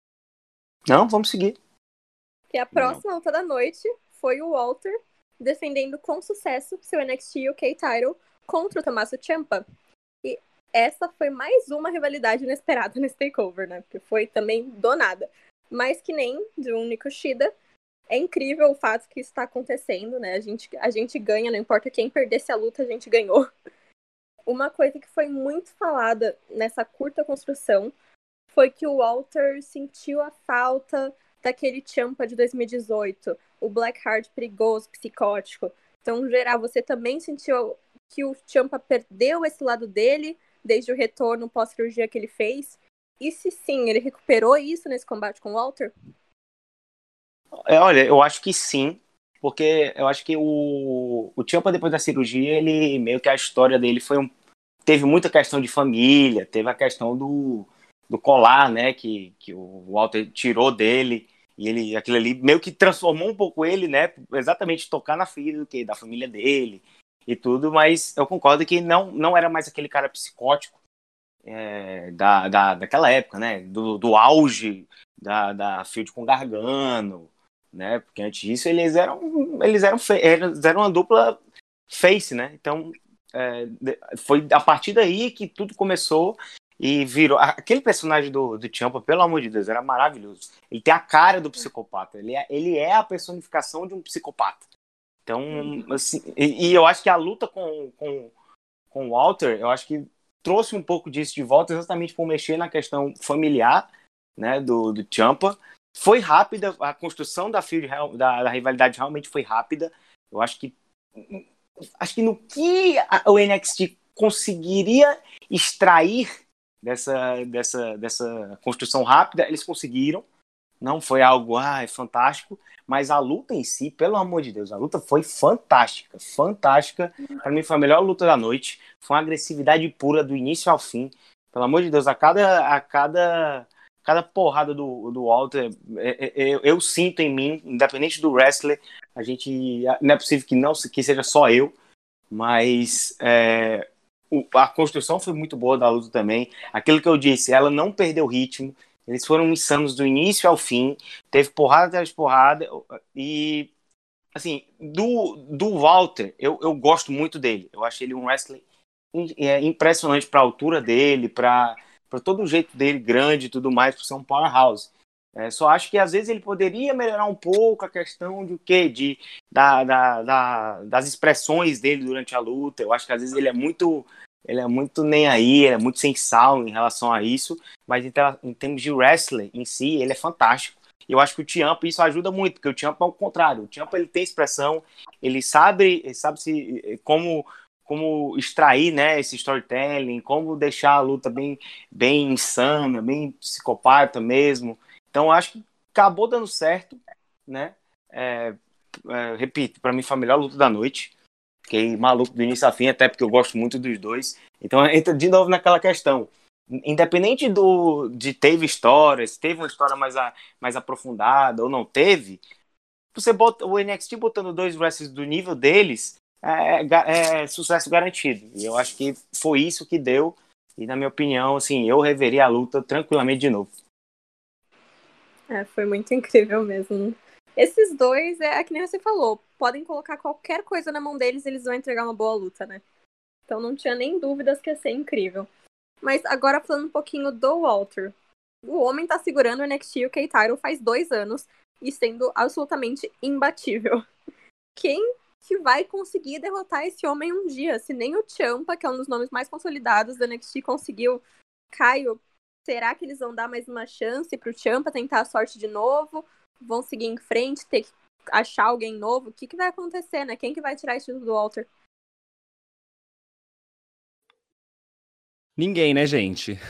S4: Não, vamos seguir.
S3: Que a próxima luta da noite foi o Walter defendendo com sucesso seu N X T U K title contra o Tommaso Ciampa. E essa foi mais uma rivalidade inesperada nesse takeover, né? Porque foi também do nada. Mas que nem de um Nico Shida, é incrível o fato que isso está acontecendo, né? A gente, a gente ganha, não importa quem perdesse a luta, a gente ganhou. Uma coisa que foi muito falada nessa curta construção foi que o Walter sentiu a falta daquele Ciampa de dois mil e dezoito, o Blackheart perigoso, psicótico. Então, geral, você também sentiu que o Ciampa perdeu esse lado dele desde o retorno pós-cirurgia que ele fez? E se sim, ele recuperou isso nesse combate com o Walter?
S4: É, olha, eu acho que sim, porque eu acho que o, o Ciampa, depois da cirurgia, ele meio que a história dele foi um. Teve muita questão de família, teve a questão do, do colar, né, que, que o Walter tirou dele, e ele, aquilo ali meio que transformou um pouco ele, né, exatamente tocar na ferida do que da família dele e tudo, mas eu concordo que não, não era mais aquele cara psicótico é, da, da, daquela época, né, do, do auge da, da Field com Gargano, né, porque antes disso eles eram, eles eram, eles eram uma dupla face, né, então é, foi a partir daí que tudo começou e virou. Aquele personagem do, do Ciampa, pelo amor de Deus, era maravilhoso. Ele tem a cara do psicopata. Ele é, ele é a personificação de um psicopata. Então, assim, e, e eu acho que a luta com, com, com o Walter, eu acho que trouxe um pouco disso de volta, exatamente por mexer na questão familiar, né, do, do Ciampa. Foi rápida, a construção da, da, da rivalidade realmente foi rápida. Eu acho que acho que no que o N X T conseguiria extrair dessa, dessa, dessa construção rápida, eles conseguiram. Não foi algo ah, é fantástico, mas a luta em si, pelo amor de Deus, a luta foi fantástica, fantástica. Para mim foi a melhor luta da noite. Foi uma agressividade pura do início ao fim. Pelo amor de Deus, a cada, a cada, cada porrada do, do Walter, eu, eu sinto em mim, independente do wrestler, a gente, não é possível que não que seja só eu, mas é, a construção foi muito boa da luta também. Aquilo que eu disse, ela não perdeu o ritmo. Eles foram insanos do início ao fim. Teve porrada atrás de porrada. E, assim, do, do Walter, eu, eu gosto muito dele. Eu acho ele um wrestler impressionante para a altura dele, para todo o jeito dele, grande e tudo mais, para ser um powerhouse. É, só acho que às vezes ele poderia melhorar um pouco a questão de o quê? De, da, da, da, das expressões dele durante a luta. Eu acho que às vezes ele é muito... Ele é muito nem aí, ele é muito sem sal em relação a isso, mas em, em termos de wrestling em si, ele é fantástico. E eu acho que o Ciampa, isso ajuda muito, porque o Ciampa é o contrário. O Ciampa, ele tem expressão, ele sabe, ele sabe se, como, como extrair, né, esse storytelling, como deixar a luta bem, bem insana, bem psicopata mesmo. Então, eu acho que acabou dando certo, né? É, é, repito, para mim foi a melhor luta da noite. Fiquei maluco do início a fim, até porque eu gosto muito dos dois. Então entra de novo naquela questão. Independente do, de teve histórias, teve uma história mais, a, mais aprofundada ou não teve, você bota o N X T botando dois wrestlers do nível deles, é, é, é sucesso garantido. E eu acho que foi isso que deu. E na minha opinião, assim, eu reveria a luta tranquilamente de novo.
S3: É, foi muito incrível mesmo. Esses dois, é que nem você falou, podem colocar qualquer coisa na mão deles e eles vão entregar uma boa luta, né? Então não tinha nem dúvidas que ia ser incrível. Mas agora falando um pouquinho do Walter. O homem tá segurando o N X T U K Title faz dois anos e sendo absolutamente imbatível. Quem que vai conseguir derrotar esse homem um dia? Se nem o Ciampa, que é um dos nomes mais consolidados do N X T, conseguiu. Caio, será que eles vão dar mais uma chance pro Ciampa tentar a sorte de novo? Vão seguir em frente, ter que achar alguém novo? O que, que vai acontecer, né? Quem que vai tirar esse título do Walter?
S5: Ninguém, né, gente?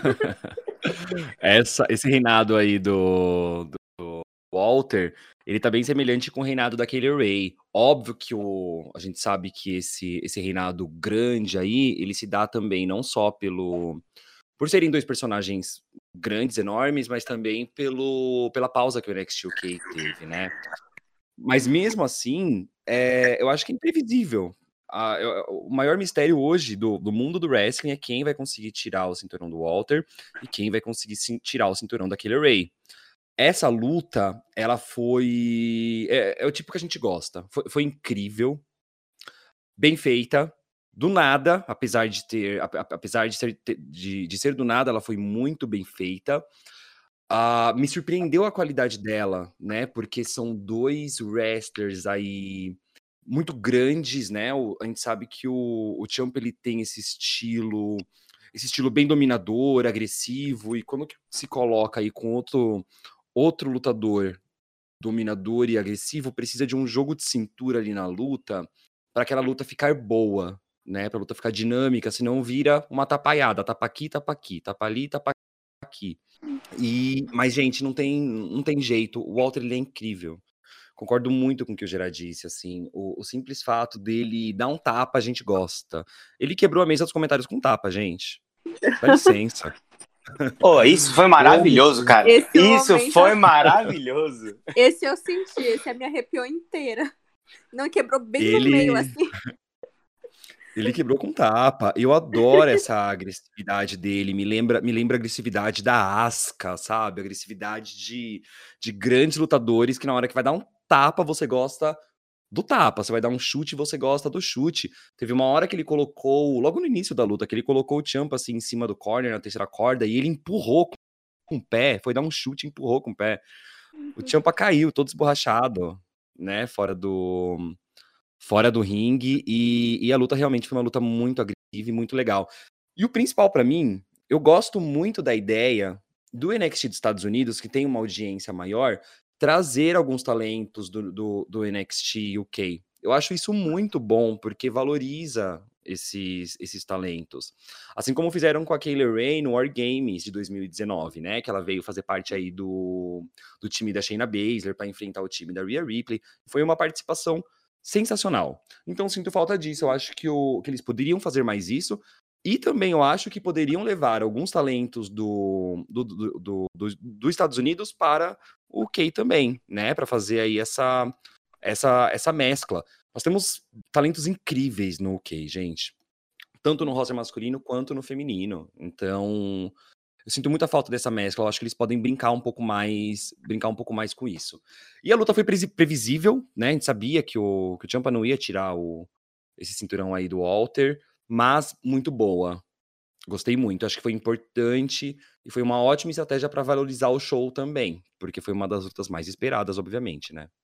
S5: Essa, esse reinado aí do, do Walter, ele tá bem semelhante com o reinado da Kaylee Ray. Óbvio que o, a gente sabe que esse, esse reinado grande aí, ele se dá também não só pelo... por serem dois personagens grandes, enormes, mas também pelo, pela pausa que o N X T U K teve, né? Mas mesmo assim, é, eu acho que é imprevisível. Ah, eu, o maior mistério hoje do, do mundo do wrestling é quem vai conseguir tirar o cinturão do Walter e quem vai conseguir sim, tirar o cinturão da Kaylee Ray. Essa luta, ela foi... É, é o tipo que a gente gosta. Foi, foi incrível, bem feita. Do nada, apesar de ter, apesar de ser, de, de ser do nada, ela foi muito bem feita. Uh, me surpreendeu a qualidade dela, né? Porque são dois wrestlers aí muito grandes, né? O, a gente sabe que o, o Ciampa, ele tem esse estilo, esse estilo bem dominador, agressivo, e quando se coloca aí com outro, outro lutador dominador e agressivo, precisa de um jogo de cintura ali na luta para aquela luta ficar boa, né? Pra luta ficar dinâmica, senão vira uma tapaiada. Tapa aqui, tapa aqui, tapa ali, tapa aqui. E, mas, gente, não tem, não tem jeito. O Walter, ele é incrível. Concordo muito com o que o Gerard disse, assim. O, o simples fato dele dar um tapa, a gente gosta. Ele quebrou a mesa dos comentários com tapa, gente. Dá licença.
S4: Oh, isso foi maravilhoso, cara.
S3: Esse
S4: Isso
S3: momento-
S4: foi maravilhoso.
S3: Esse eu senti, esse me arrepiou inteira. Não, quebrou bem
S5: Ele-
S3: no meio, assim.
S5: Ele quebrou com tapa. Eu adoro essa agressividade dele. Me lembra, me lembra a agressividade da Asuka, sabe? Agressividade de, de grandes lutadores que na hora que vai dar um tapa, você gosta do tapa. Você vai dar um chute, você gosta do chute. Teve uma hora que ele colocou, logo no início da luta, que ele colocou o Ciampa assim em cima do corner, na terceira corda, e ele empurrou com, com o pé. Foi dar um chute e empurrou com o pé. O Ciampa caiu, todo esborrachado, né? Fora do... fora do ringue, e, e a luta realmente foi uma luta muito agressiva e muito legal. E o principal pra mim, eu gosto muito da ideia do N X T dos Estados Unidos, que tem uma audiência maior, trazer alguns talentos do, do, do N X T U K. Eu acho isso muito bom, porque valoriza esses, esses talentos. Assim como fizeram com a Kaylee Ray no War Games de dois mil e dezenove, né? Que ela veio fazer parte aí do, do time da Shayna Baszler para enfrentar o time da Rhea Ripley. Foi uma participação sensacional. Então sinto falta disso. Eu acho que, o, que eles poderiam fazer mais isso. E também eu acho que poderiam levar alguns talentos do, do, do, do, do, dos Estados Unidos para o U K também, né? Para fazer aí essa, essa, essa mescla. Nós temos talentos incríveis no U K, gente. Tanto no roster masculino quanto no feminino. Então, eu sinto muita falta dessa mescla. Eu acho que eles podem brincar um pouco mais, brincar um pouco mais com isso. E a luta foi presi- previsível, né? A gente sabia que o, que o Ciampa não ia tirar o, esse cinturão aí do Walter, mas muito boa. Gostei muito. Acho que foi importante e foi uma ótima estratégia para valorizar o show também, porque foi uma das lutas mais esperadas, obviamente, né?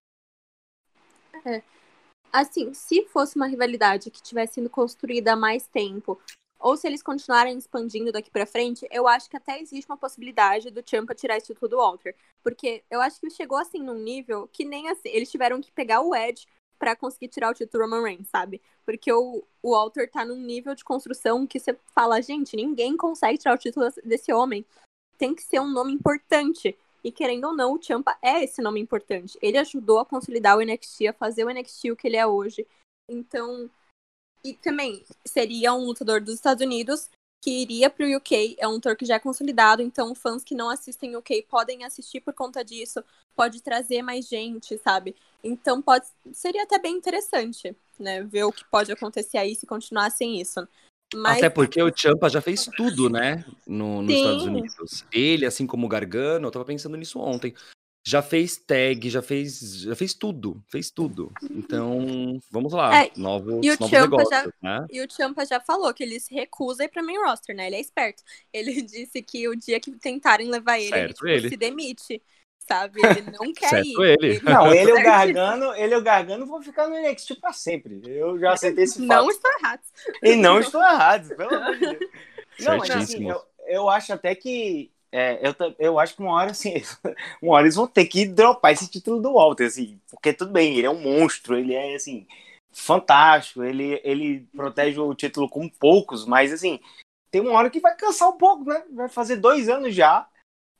S3: Assim, se fosse uma rivalidade que tivesse sido construída há mais tempo, ou se eles continuarem expandindo daqui pra frente, eu acho que até existe uma possibilidade do Ciampa tirar esse título do Walter. Porque eu acho que chegou assim num nível que nem assim, eles tiveram que pegar o Edge pra conseguir tirar o título do Roman Reigns, sabe? Porque o, o Walter tá num nível de construção que você fala, gente, ninguém consegue tirar o título desse homem. Tem que ser um nome importante. E querendo ou não, o Ciampa é esse nome importante. Ele ajudou a consolidar o N X T, a fazer o N X T o que ele é hoje. Então, e também seria um lutador dos Estados Unidos que iria pro U K, é um lutador que já é consolidado, então fãs que não assistem U K podem assistir por conta disso, pode trazer mais gente, sabe? Então pode, seria até bem interessante, né, ver o que pode acontecer aí se continuar sem isso. Mas,
S5: Até porque o Ciampa já fez tudo, né? No, nos
S3: Sim.
S5: Estados Unidos. Ele, assim como o Gargano, eu tava pensando nisso ontem. Já fez tag, já fez, já fez tudo. Fez tudo. Então, vamos lá.
S3: É,
S5: novos
S3: e o
S5: novos
S3: Ciampa
S5: negócios,
S3: já-
S5: né?
S3: E o Ciampa já falou que ele se recusa a ir pra main roster, né? Ele é esperto. Ele disse que o dia que tentarem levar ele, ele,
S5: Certo
S3: tipo,
S5: ele.
S3: se demite, sabe? Ele não quer
S5: Certo
S3: ir.
S5: ele.
S4: Não, ele e o
S3: Certíssimo.
S4: Gargano, ele e o Gargano vão ficar no N X T pra sempre. Eu já aceitei esse fato.
S3: Não estou errado.
S4: E não estou errado, pelo amor de Deus. Não, mas assim,
S5: Certíssimo.
S4: eu, eu acho até que. é, eu, ta- eu acho que uma hora, assim, uma hora eles vão ter que dropar esse título do Walter, assim, porque tudo bem, ele é um monstro, ele é, assim, fantástico, ele, ele protege o título com poucos, mas, assim, tem uma hora que vai cansar um pouco, né? Vai fazer dois anos já.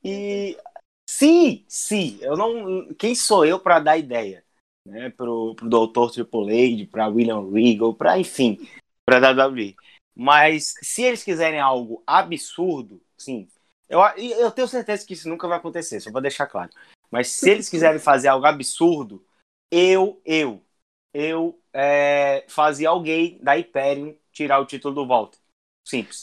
S4: E sim, sim, eu não. Quem sou eu para dar ideia? Né, pro, pro doutor Triple H, pra William Regal, pra, enfim, pra W W E. Mas se eles quiserem algo absurdo, sim, eu, eu tenho certeza que isso nunca vai acontecer, só vou deixar claro. Mas se eles quiserem fazer algo absurdo, eu, eu, eu é, fazia alguém da Hyperion tirar o título do Walter. Simples.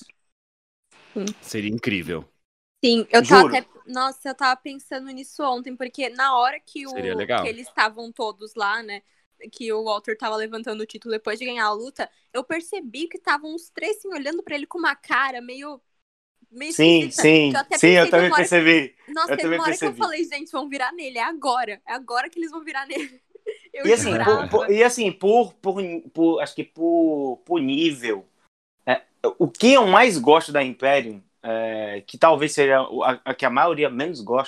S5: Seria incrível.
S3: Sim, eu tava
S4: Juro.
S3: até. Nossa, eu tava pensando nisso ontem, porque na hora que, o,
S5: Seria legal.
S3: que eles estavam todos lá, né? Que o Walter tava levantando o título depois de ganhar a luta, eu percebi que estavam os três assim, olhando pra ele com uma cara meio. meio
S4: Sim,
S3: esquisita,
S4: sim,
S3: que eu até
S4: sim,
S3: pensei,
S4: eu
S3: teve
S4: também
S3: uma hora-
S4: percebi.
S3: Nossa,
S4: eu
S3: teve
S4: também
S3: uma hora
S4: percebi.
S3: que eu falei, gente, vão virar nele, é agora. É agora que eles vão virar nele. Eu
S4: E assim,
S3: jurava.
S4: por, por- e assim, por, por, por- acho que por, por nível, é, o que eu mais gosto da Imperium, é, que talvez seja a, a que a maioria menos gosta,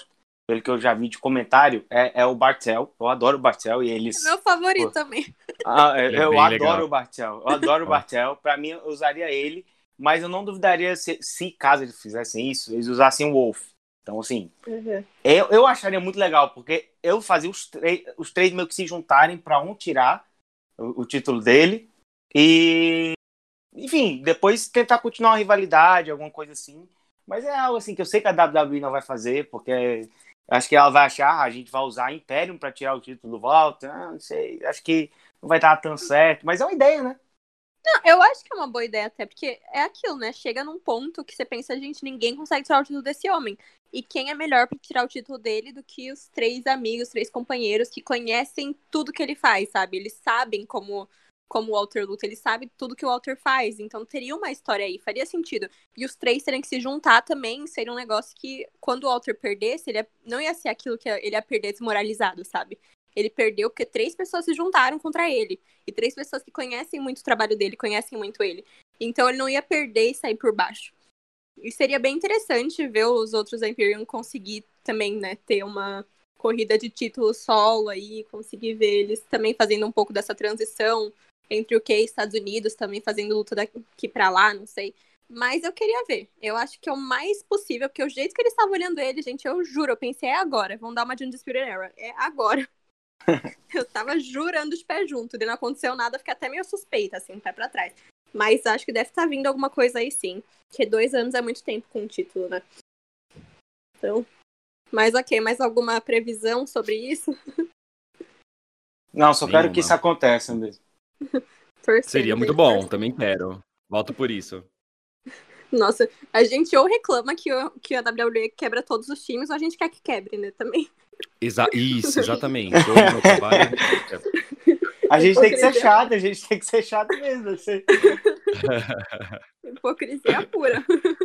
S4: pelo que eu já vi de comentário, é, é o Barthel. Eu adoro o Barthel e eles...
S3: Meu favorito
S4: Pô,
S3: também.
S4: ah, eu
S5: Ele é
S4: eu
S5: bem
S4: adoro
S5: legal.
S4: o Barthel. Eu adoro o Barthel. Pra mim, eu usaria ele, mas eu não duvidaria se, se caso eles fizessem isso, eles usassem o Wolf. Então, assim,
S3: Uhum.
S4: eu, eu acharia muito legal, porque eu fazia os, três, os três meio que se juntarem pra um tirar o, o título dele e, enfim, depois tentar continuar uma rivalidade, alguma coisa assim. Mas é algo assim que eu sei que a W W E não vai fazer, porque acho que ela vai achar, ah, a gente vai usar Imperium pra tirar o título do Walter, ah, não sei, acho que não vai dar tão certo, mas é uma ideia, né?
S3: Não, eu acho que é uma boa ideia até, porque é aquilo, né? Chega num ponto que você pensa, gente, ninguém consegue tirar o título desse homem. E quem é melhor pra tirar o título dele do que os três amigos, três companheiros que conhecem tudo que ele faz, sabe? Eles sabem como, como o Walter luta, eles sabem tudo que o Walter faz. Então teria uma história aí, faria sentido. E os três terem que se juntar também seria um negócio que, quando o Walter perdesse, ele ia- não ia ser aquilo que ele ia perder desmoralizado, sabe? Ele perdeu porque três pessoas se juntaram contra ele. E três pessoas que conhecem muito o trabalho dele, conhecem muito ele. Então ele não ia perder e sair por baixo. E seria bem interessante ver os outros da Imperium conseguir também, né, ter uma corrida de título solo aí, conseguir ver eles também fazendo um pouco dessa transição entre o U K e Estados Unidos, também fazendo luta daqui pra lá, não sei. Mas eu queria ver. Eu acho que é o mais possível, porque o jeito que eles estavam olhando ele, gente, eu juro, eu pensei, é agora. Vão dar uma de Undisputed Era. É agora. Eu tava jurando de pé junto, e não aconteceu nada, fiquei até meio suspeita, assim, pé pra trás. Mas acho que deve estar vindo alguma coisa aí sim. Porque dois anos é muito tempo com o título, né? Então. Mas ok, mais alguma previsão sobre isso?
S4: Não, só quero
S5: Nenhuma.
S4: que isso aconteça mesmo.
S3: Torcendo,
S5: Seria muito
S3: gente,
S5: bom,
S3: torcendo.
S5: também quero. Voto por isso.
S3: Nossa, a gente ou reclama que, o- que a W W E quebra todos os times, ou a gente quer que quebre, né? Também.
S5: Exa isso, exatamente. Ou o meu trabalho, a gente quer.
S4: A gente tem que ser
S3: Hipocrisia.
S4: chato, a gente tem que ser chato mesmo. Você...
S3: Hipocrisia pura.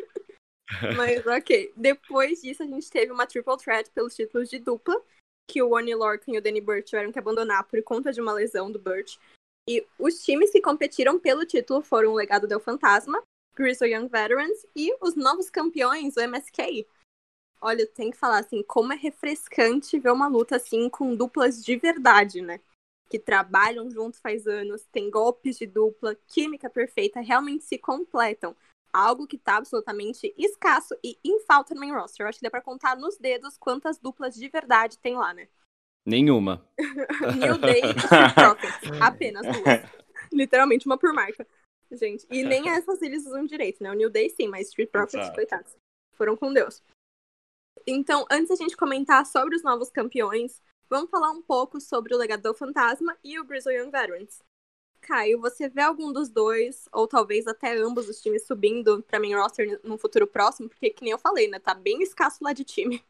S3: Mas ok. Depois disso, a gente teve uma triple threat pelos títulos de dupla, que o Oney Lorcan e o Danny Burch tiveram que abandonar por conta de uma lesão do Burch. E os times que competiram pelo título foram o Legado del Fantasma, Grizzly Young Veterans e os novos campeões, o M S K. Olha, tem que falar assim, como é refrescante ver uma luta assim com duplas de verdade, né? Que trabalham juntos faz anos, tem golpes de dupla, química perfeita, realmente se completam. Algo que tá absolutamente escasso e em falta no main roster. Eu acho que dá pra contar nos dedos quantas duplas de verdade tem lá, né?
S5: Nenhuma.
S3: New Day e Street Profits. Apenas duas. Literalmente uma por marca. Gente, e nem essas eles usam direito, né? O New Day sim, mas Street Profits,
S5: Exato.
S3: coitados. Foram com Deus. Então, antes da gente comentar sobre os novos campeões, vamos falar um pouco sobre o Legado do Fantasma e o Grizzly Young Veterans. Caio, você vê algum dos dois, ou talvez até ambos os times subindo pra main roster num futuro próximo? Porque, que nem eu falei, né? Tá bem escasso lá de time.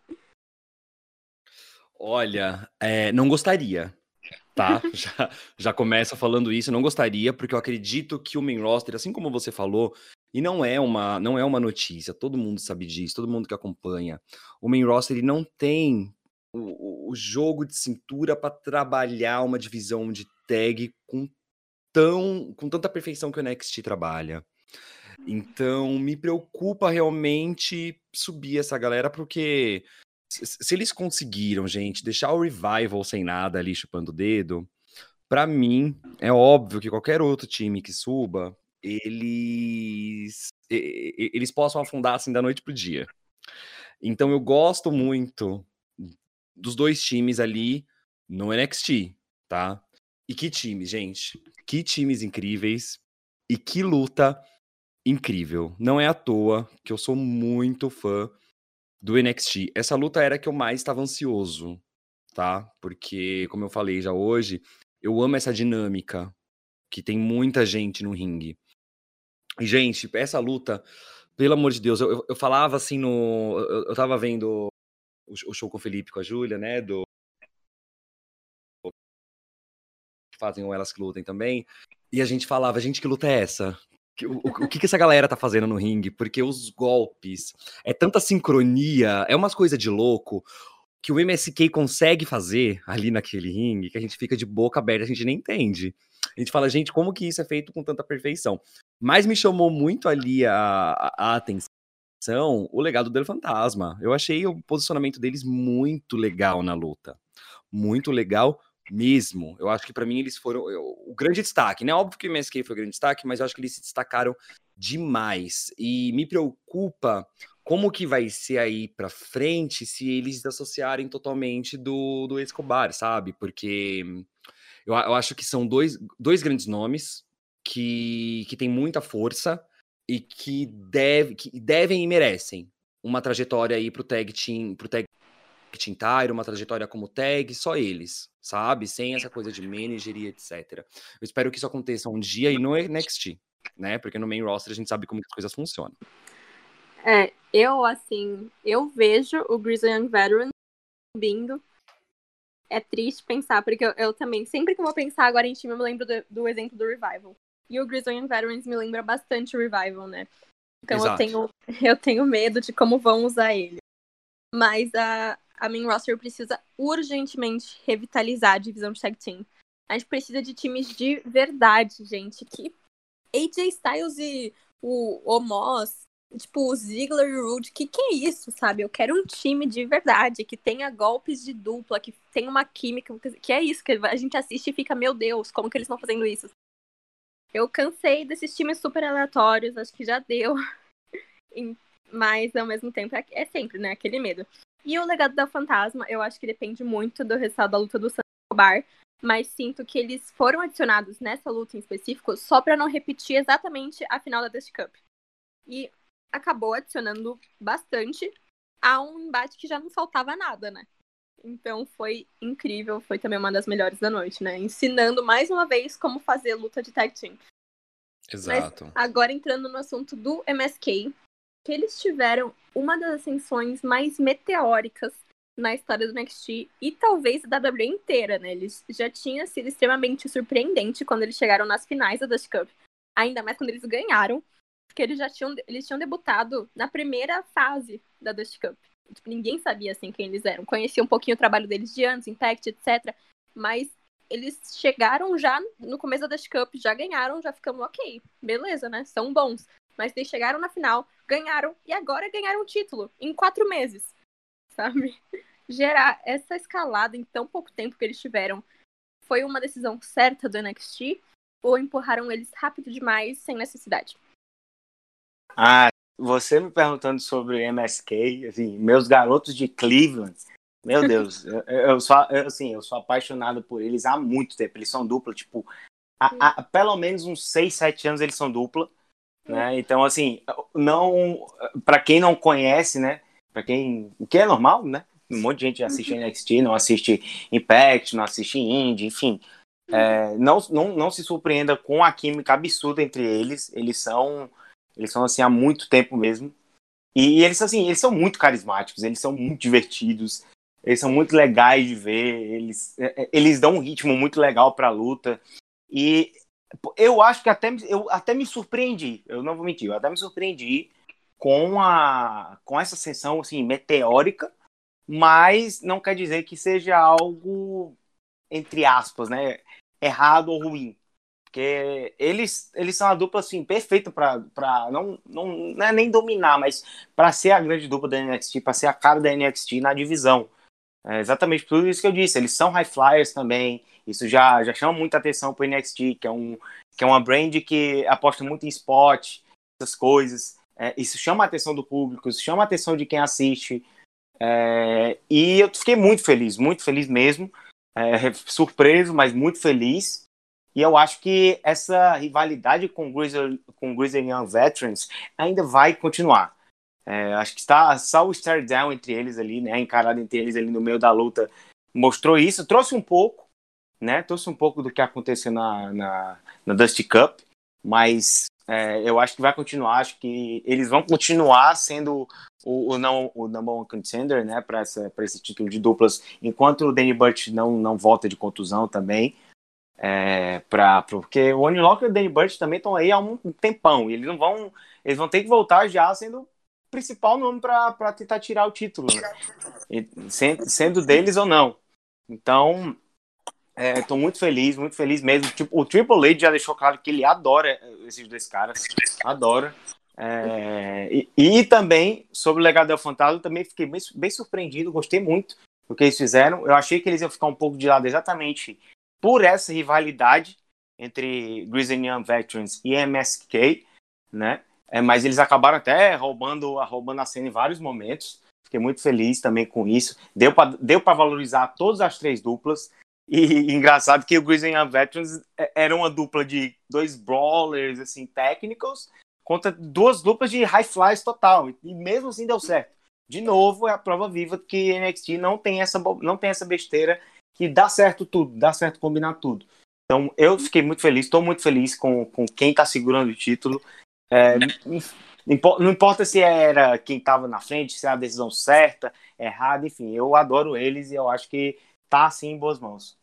S5: Olha, é, não gostaria, tá? Já, já começa falando isso, não gostaria, porque eu acredito que o main roster, assim como você falou, e não é uma, não é uma notícia, todo mundo sabe disso, todo mundo que acompanha. O main roster ele não tem o, o jogo de cintura para trabalhar uma divisão de tag com, tão, com tanta perfeição que o N X T trabalha. Então, me preocupa realmente subir essa galera, porque se, se eles conseguiram, gente, deixar o Revival sem nada ali chupando o dedo, pra mim, é óbvio que qualquer outro time que suba, eles, e- e- eles possam afundar assim da noite pro dia. Então, eu gosto muito dos dois times ali no N X T, tá? E que times, gente? Que times incríveis e que luta incrível. Não é à toa que eu sou muito fã do N X T. Essa luta era a que eu mais estava ansioso, tá? Porque, como eu falei já hoje, eu amo essa dinâmica, que tem muita gente no ringue. E, gente, essa luta, pelo amor de Deus, eu, eu, eu falava assim no... Eu, eu tava vendo o, o show com o Felipe, com a Júlia, né? Do... Que fazem o Elas que Lutem também. E a gente falava, gente, que luta é essa? Que- O, o, o que, que essa galera tá fazendo no ringue? Porque os golpes, é tanta sincronia, é umas coisas de louco que o M S K consegue fazer ali naquele ringue que a gente fica de boca aberta, a gente nem entende. A gente fala, gente, como que isso é feito com tanta perfeição? Mas me chamou muito ali a, a, a atenção são o legado do El Fantasma. Eu achei o posicionamento deles muito legal na luta. Muito legal mesmo. Eu acho que pra mim eles foram eu, o grande destaque, né? Óbvio que o M S K foi o grande destaque, mas eu acho que eles se destacaram demais. E me preocupa como que vai ser aí pra frente se eles se associarem totalmente do, do Escobar, sabe? Porque eu, eu acho que são dois, dois grandes nomes que, que têm muita força e que, deve, que devem e merecem uma trajetória aí pro tag team, pro tag team title, uma trajetória como tag, só eles, sabe? Sem essa coisa de manager e etcétera. Eu espero que isso aconteça um dia e no N X T, né? Porque no main roster a gente sabe como que as coisas funcionam.
S3: É, eu, assim, eu vejo o Grizzly Young Veteran subindo. É triste pensar, porque eu, eu também, sempre que eu vou pensar agora em time, eu me lembro do, do exemplo do Revival. E o Grizzly Young Veterans me lembra bastante o Revival, né? Então eu tenho, eu tenho medo de como vão usar ele. Mas a, a main roster precisa urgentemente revitalizar a divisão de tag team. A gente precisa de times de verdade, gente. Que A J Styles e o Omos, tipo, o Ziggler e o Rude, que que é isso, sabe? Eu quero um time de verdade, que tenha golpes de dupla, que tenha uma química, que é isso, que a gente assiste e fica, meu Deus, como que eles estão fazendo isso? Eu cansei desses times super aleatórios, acho que já deu. Mas, ao mesmo tempo, é sempre, né, aquele medo. E o legado da Fantasma, eu acho que depende muito do resultado da luta do Santos Escobar, mas sinto que eles foram adicionados nessa luta em específico só pra não repetir exatamente a final da Dusty Cup. E acabou adicionando bastante a um embate que já não faltava nada, né? Então foi incrível, foi também uma das melhores da noite, né? Ensinando mais uma vez como fazer luta de tag team.
S5: Exato.
S3: Mas agora entrando no assunto do M S K, que eles tiveram uma das ascensões mais meteóricas na história do N X T e talvez da W W E inteira, né? Eles já tinham sido extremamente surpreendente quando eles chegaram nas finais da Dusty Cup. Ainda mais quando eles ganharam, porque eles já tinham, eles tinham debutado na primeira fase da Dusty Cup. Tipo, ninguém sabia, assim, quem eles eram. Conhecia um pouquinho o trabalho deles de antes, Impact, etcétera. Mas eles chegaram já no começo da Dusty Cup, já ganharam, já ficamos ok, beleza, né? São bons. Mas eles chegaram na final, ganharam, e agora ganharam o título, em quatro meses, sabe? Gerar essa escalada em tão pouco tempo que eles tiveram, foi uma decisão certa do N X T, ou empurraram eles rápido demais, sem necessidade?
S4: Ah, você me perguntando sobre M S K, assim, meus garotos de Cleveland, meu Deus, eu, eu, sou, eu, assim, eu sou apaixonado por eles há muito tempo. Eles são dupla, tipo, há, há pelo menos uns seis, sete anos eles são dupla, né? Então, assim, não, para quem não conhece, né? Para quem, o que é normal, né? Um monte de gente assiste N X T, não assiste Impact, não assiste Indie, enfim. É, não, não, não se surpreenda com a química absurda entre eles. Eles são, eles são assim há muito tempo mesmo. E, e eles assim, eles são muito carismáticos, eles são muito divertidos, eles são muito legais de ver. Eles, eles dão um ritmo muito legal para a luta. E eu acho que até eu até me surpreendi. Eu não vou mentir, eu até me surpreendi com a com essa sessão assim meteórica, mas não quer dizer que seja algo, entre aspas, né, errado ou ruim. Porque eles, eles são a dupla assim, perfeita para não, não, não é nem dominar, mas para ser a grande dupla da N X T, para ser a cara da N X T na divisão. É exatamente por tudo isso que eu disse. Eles são high flyers também. Isso já, já chama muita atenção para o N X T, que é, um, que é uma brand que aposta muito em spot, essas coisas. É, isso chama a atenção do público, isso chama a atenção de quem assiste. É, e eu fiquei muito feliz, muito feliz mesmo. É, surpreso, mas muito feliz. E eu acho que essa rivalidade com o Grizzly, com o Grizzly Young Veterans ainda vai continuar. É, acho que está só o stare down entre eles ali, né? Encarado entre eles ali no meio da luta, mostrou isso, trouxe um pouco, né? Trouxe um pouco do que aconteceu na, na, na Dusty Cup, mas é, eu acho que vai continuar. Acho que eles vão continuar sendo o, o, não, o number one contender, né? Para esse título de duplas, enquanto o Danny Burch não, não volta de contusão também. É, pra, porque o Oney Locke e o Danny Burch também estão aí há um tempão, e eles não vão, eles vão ter que voltar já sendo o principal nome para tentar tirar o título, né? E, sendo, sendo deles ou não. Então estou é, muito feliz, muito feliz mesmo. Tipo, o Triple H já deixou claro que ele adora esses dois caras, adora. É, e, e também, sobre o legado do Fantasma, também fiquei bem, bem surpreendido, gostei muito do que eles fizeram. Eu achei que eles iam ficar um pouco de lado exatamente por essa rivalidade entre Grizzled Young Veterans e M S K, né? É, mas eles acabaram até roubando, roubando a cena em vários momentos. Fiquei muito feliz também com isso. Deu para deu para valorizar todas as três duplas. E, e engraçado que o Grizzled Young Veterans era uma dupla de dois brawlers assim, técnicos contra duas duplas de high flyers total. E mesmo assim deu certo. De novo, é a prova viva que N X T não tem essa, não tem essa besteira que dá certo tudo, dá certo combinar tudo. Então, eu fiquei muito feliz, estou muito feliz com, com quem está segurando o título. É, não importa se era quem estava na frente, se era a decisão certa, errada, enfim, eu adoro eles e eu acho que tá assim em boas mãos.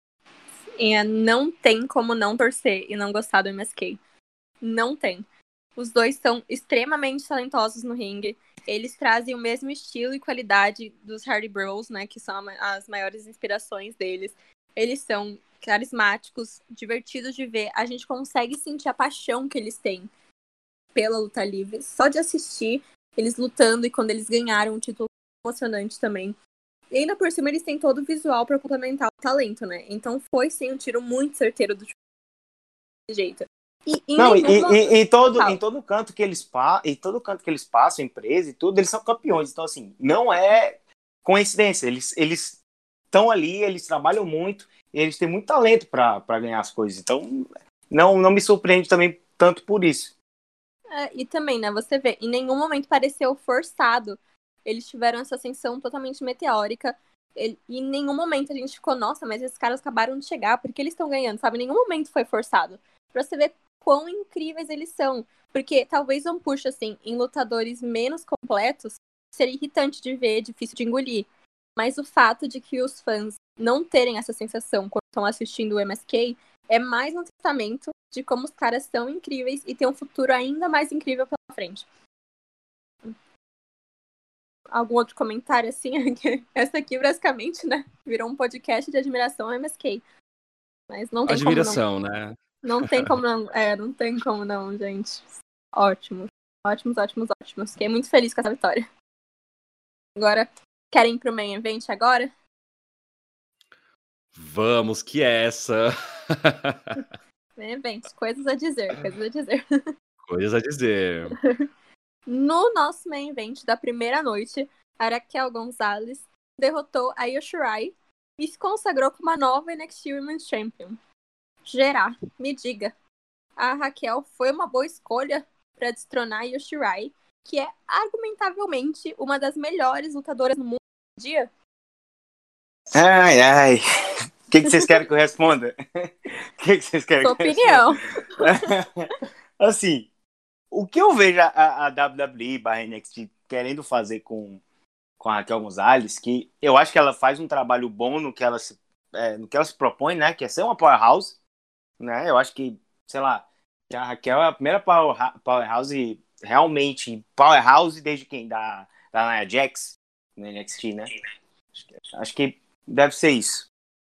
S3: É, não tem como não torcer e não gostar do M S K. Não tem. Os dois são extremamente talentosos no ringue. Eles trazem o mesmo estilo e qualidade dos Hardy Bros, né, que são as maiores inspirações deles. Eles são carismáticos, divertidos de ver. A gente consegue sentir a paixão que eles têm pela luta livre. Só de assistir eles lutando, e quando eles ganharam um título emocionante também. E ainda por cima eles têm todo o visual para complementar o talento, né? Então foi sim um tiro muito certeiro do jeito. E, em
S4: Não, e,
S3: nenhuma...
S4: e, e todo, em todo canto que eles pa... em todo canto que eles passam, empresa e tudo, eles são campeões. Então, assim, não é coincidência. Eles eles estão ali, eles trabalham muito, e eles têm muito talento para ganhar as coisas. Então, não, não me surpreende também tanto por isso.
S3: É, e também, né, você vê, em nenhum momento pareceu forçado. Eles tiveram essa ascensão totalmente meteórica. Ele, e em nenhum momento a gente ficou, nossa, mas esses caras acabaram de chegar, porque eles estão ganhando, sabe? Em nenhum momento foi forçado. Pra você ver quão incríveis eles são. Porque talvez um push, assim, em lutadores menos completos seria irritante de ver, difícil de engolir. Mas o fato de que os fãs não terem essa sensação quando estão assistindo o M S K é mais um testamento de como os caras são incríveis e tem um futuro ainda mais incrível pela frente. Algum outro comentário, assim? Essa aqui, basicamente, né, virou um podcast de admiração ao M S K. Mas não tem
S5: Admiração,
S3: como não.
S5: né?
S3: Não tem como não. É, não tem como não, gente. Ótimos. Ótimos, ótimos, ótimos. Fiquei muito feliz com essa vitória. Agora, querem ir pro main event agora?
S5: Vamos, que é essa?
S3: Main event, coisas a dizer, coisas a dizer.
S5: Coisas a dizer.
S3: No nosso main event da primeira noite, a Raquel Gonzalez derrotou a Io Shirai e se consagrou como a nova N X T Women's Champion. Gerard, me diga, a Raquel foi uma boa escolha para destronar a Io Shirai, que é argumentavelmente uma das melhores lutadoras no mundo hoje em dia?
S4: Ai, ai. O que, que vocês querem que eu responda? O que, que vocês querem
S3: Sua
S4: que eu
S3: opinião.
S4: responda? Assim, o que eu vejo a, a W W E barra N X T querendo fazer com, com a Raquel Gonzalez, que eu acho que ela faz um trabalho bom no que ela se, é, no que ela se propõe, né? Que é ser uma powerhouse, né? Eu acho que, sei lá, que a Raquel é a primeira power, powerhouse, realmente powerhouse desde quem? Da, da Nia Jax, no N X T, né? Acho que, acho que deve ser isso.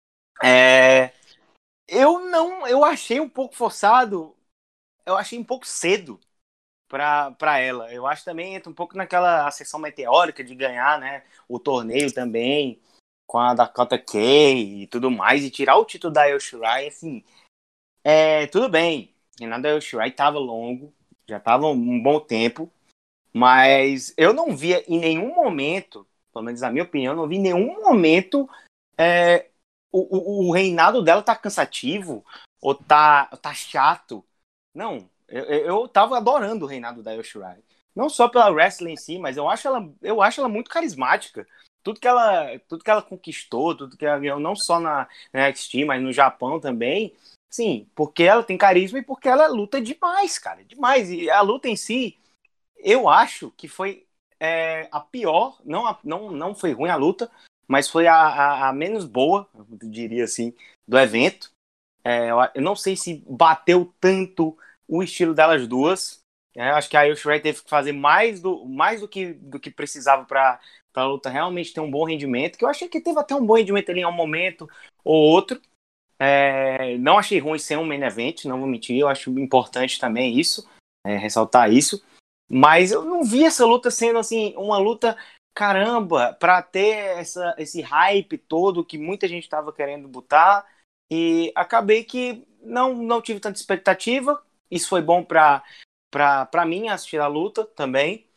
S4: É, eu não, eu achei um pouco forçado, eu achei um pouco cedo pra, pra ela. Eu acho também entra um pouco naquela ascensão meteórica de ganhar, né, o torneio também com a Dakota Kai e tudo mais, e tirar o título da Io Shirai, assim, é, tudo bem, o reinado da Io Shirai tava longo, já tava um bom tempo, mas eu não via em nenhum momento, pelo menos na minha opinião, eu não vi em nenhum momento é, o, o, o reinado dela tá cansativo ou tá, tá chato. Não, eu, eu tava adorando o reinado da Io Shirai. Não só pela wrestling em si, mas eu acho ela, eu acho ela muito carismática. Tudo que ela, tudo que ela conquistou, tudo que ela ganhou, não só na, na N X T, mas no Japão também. Sim, porque ela tem carisma e porque ela luta demais, cara. Demais. E a luta em si, eu acho que foi é, a pior. Não, a, não, não foi ruim a luta, mas foi a, a, a menos boa, eu diria assim, do evento. É, eu não sei se bateu tanto o estilo delas duas. É, acho que a Io Shirai teve que fazer mais do, mais do, que, do que precisava para a luta realmente ter um bom rendimento, que eu achei que teve até um bom rendimento ali em um momento ou outro. É, não achei ruim ser um main event, não vou mentir, eu acho importante também isso, é, ressaltar isso. Mas eu não vi essa luta sendo assim, uma luta, caramba, pra ter essa, esse hype todo que muita gente tava querendo botar. E acabei que não, não tive tanta expectativa. Isso foi bom pra, pra, pra mim assistir a luta também.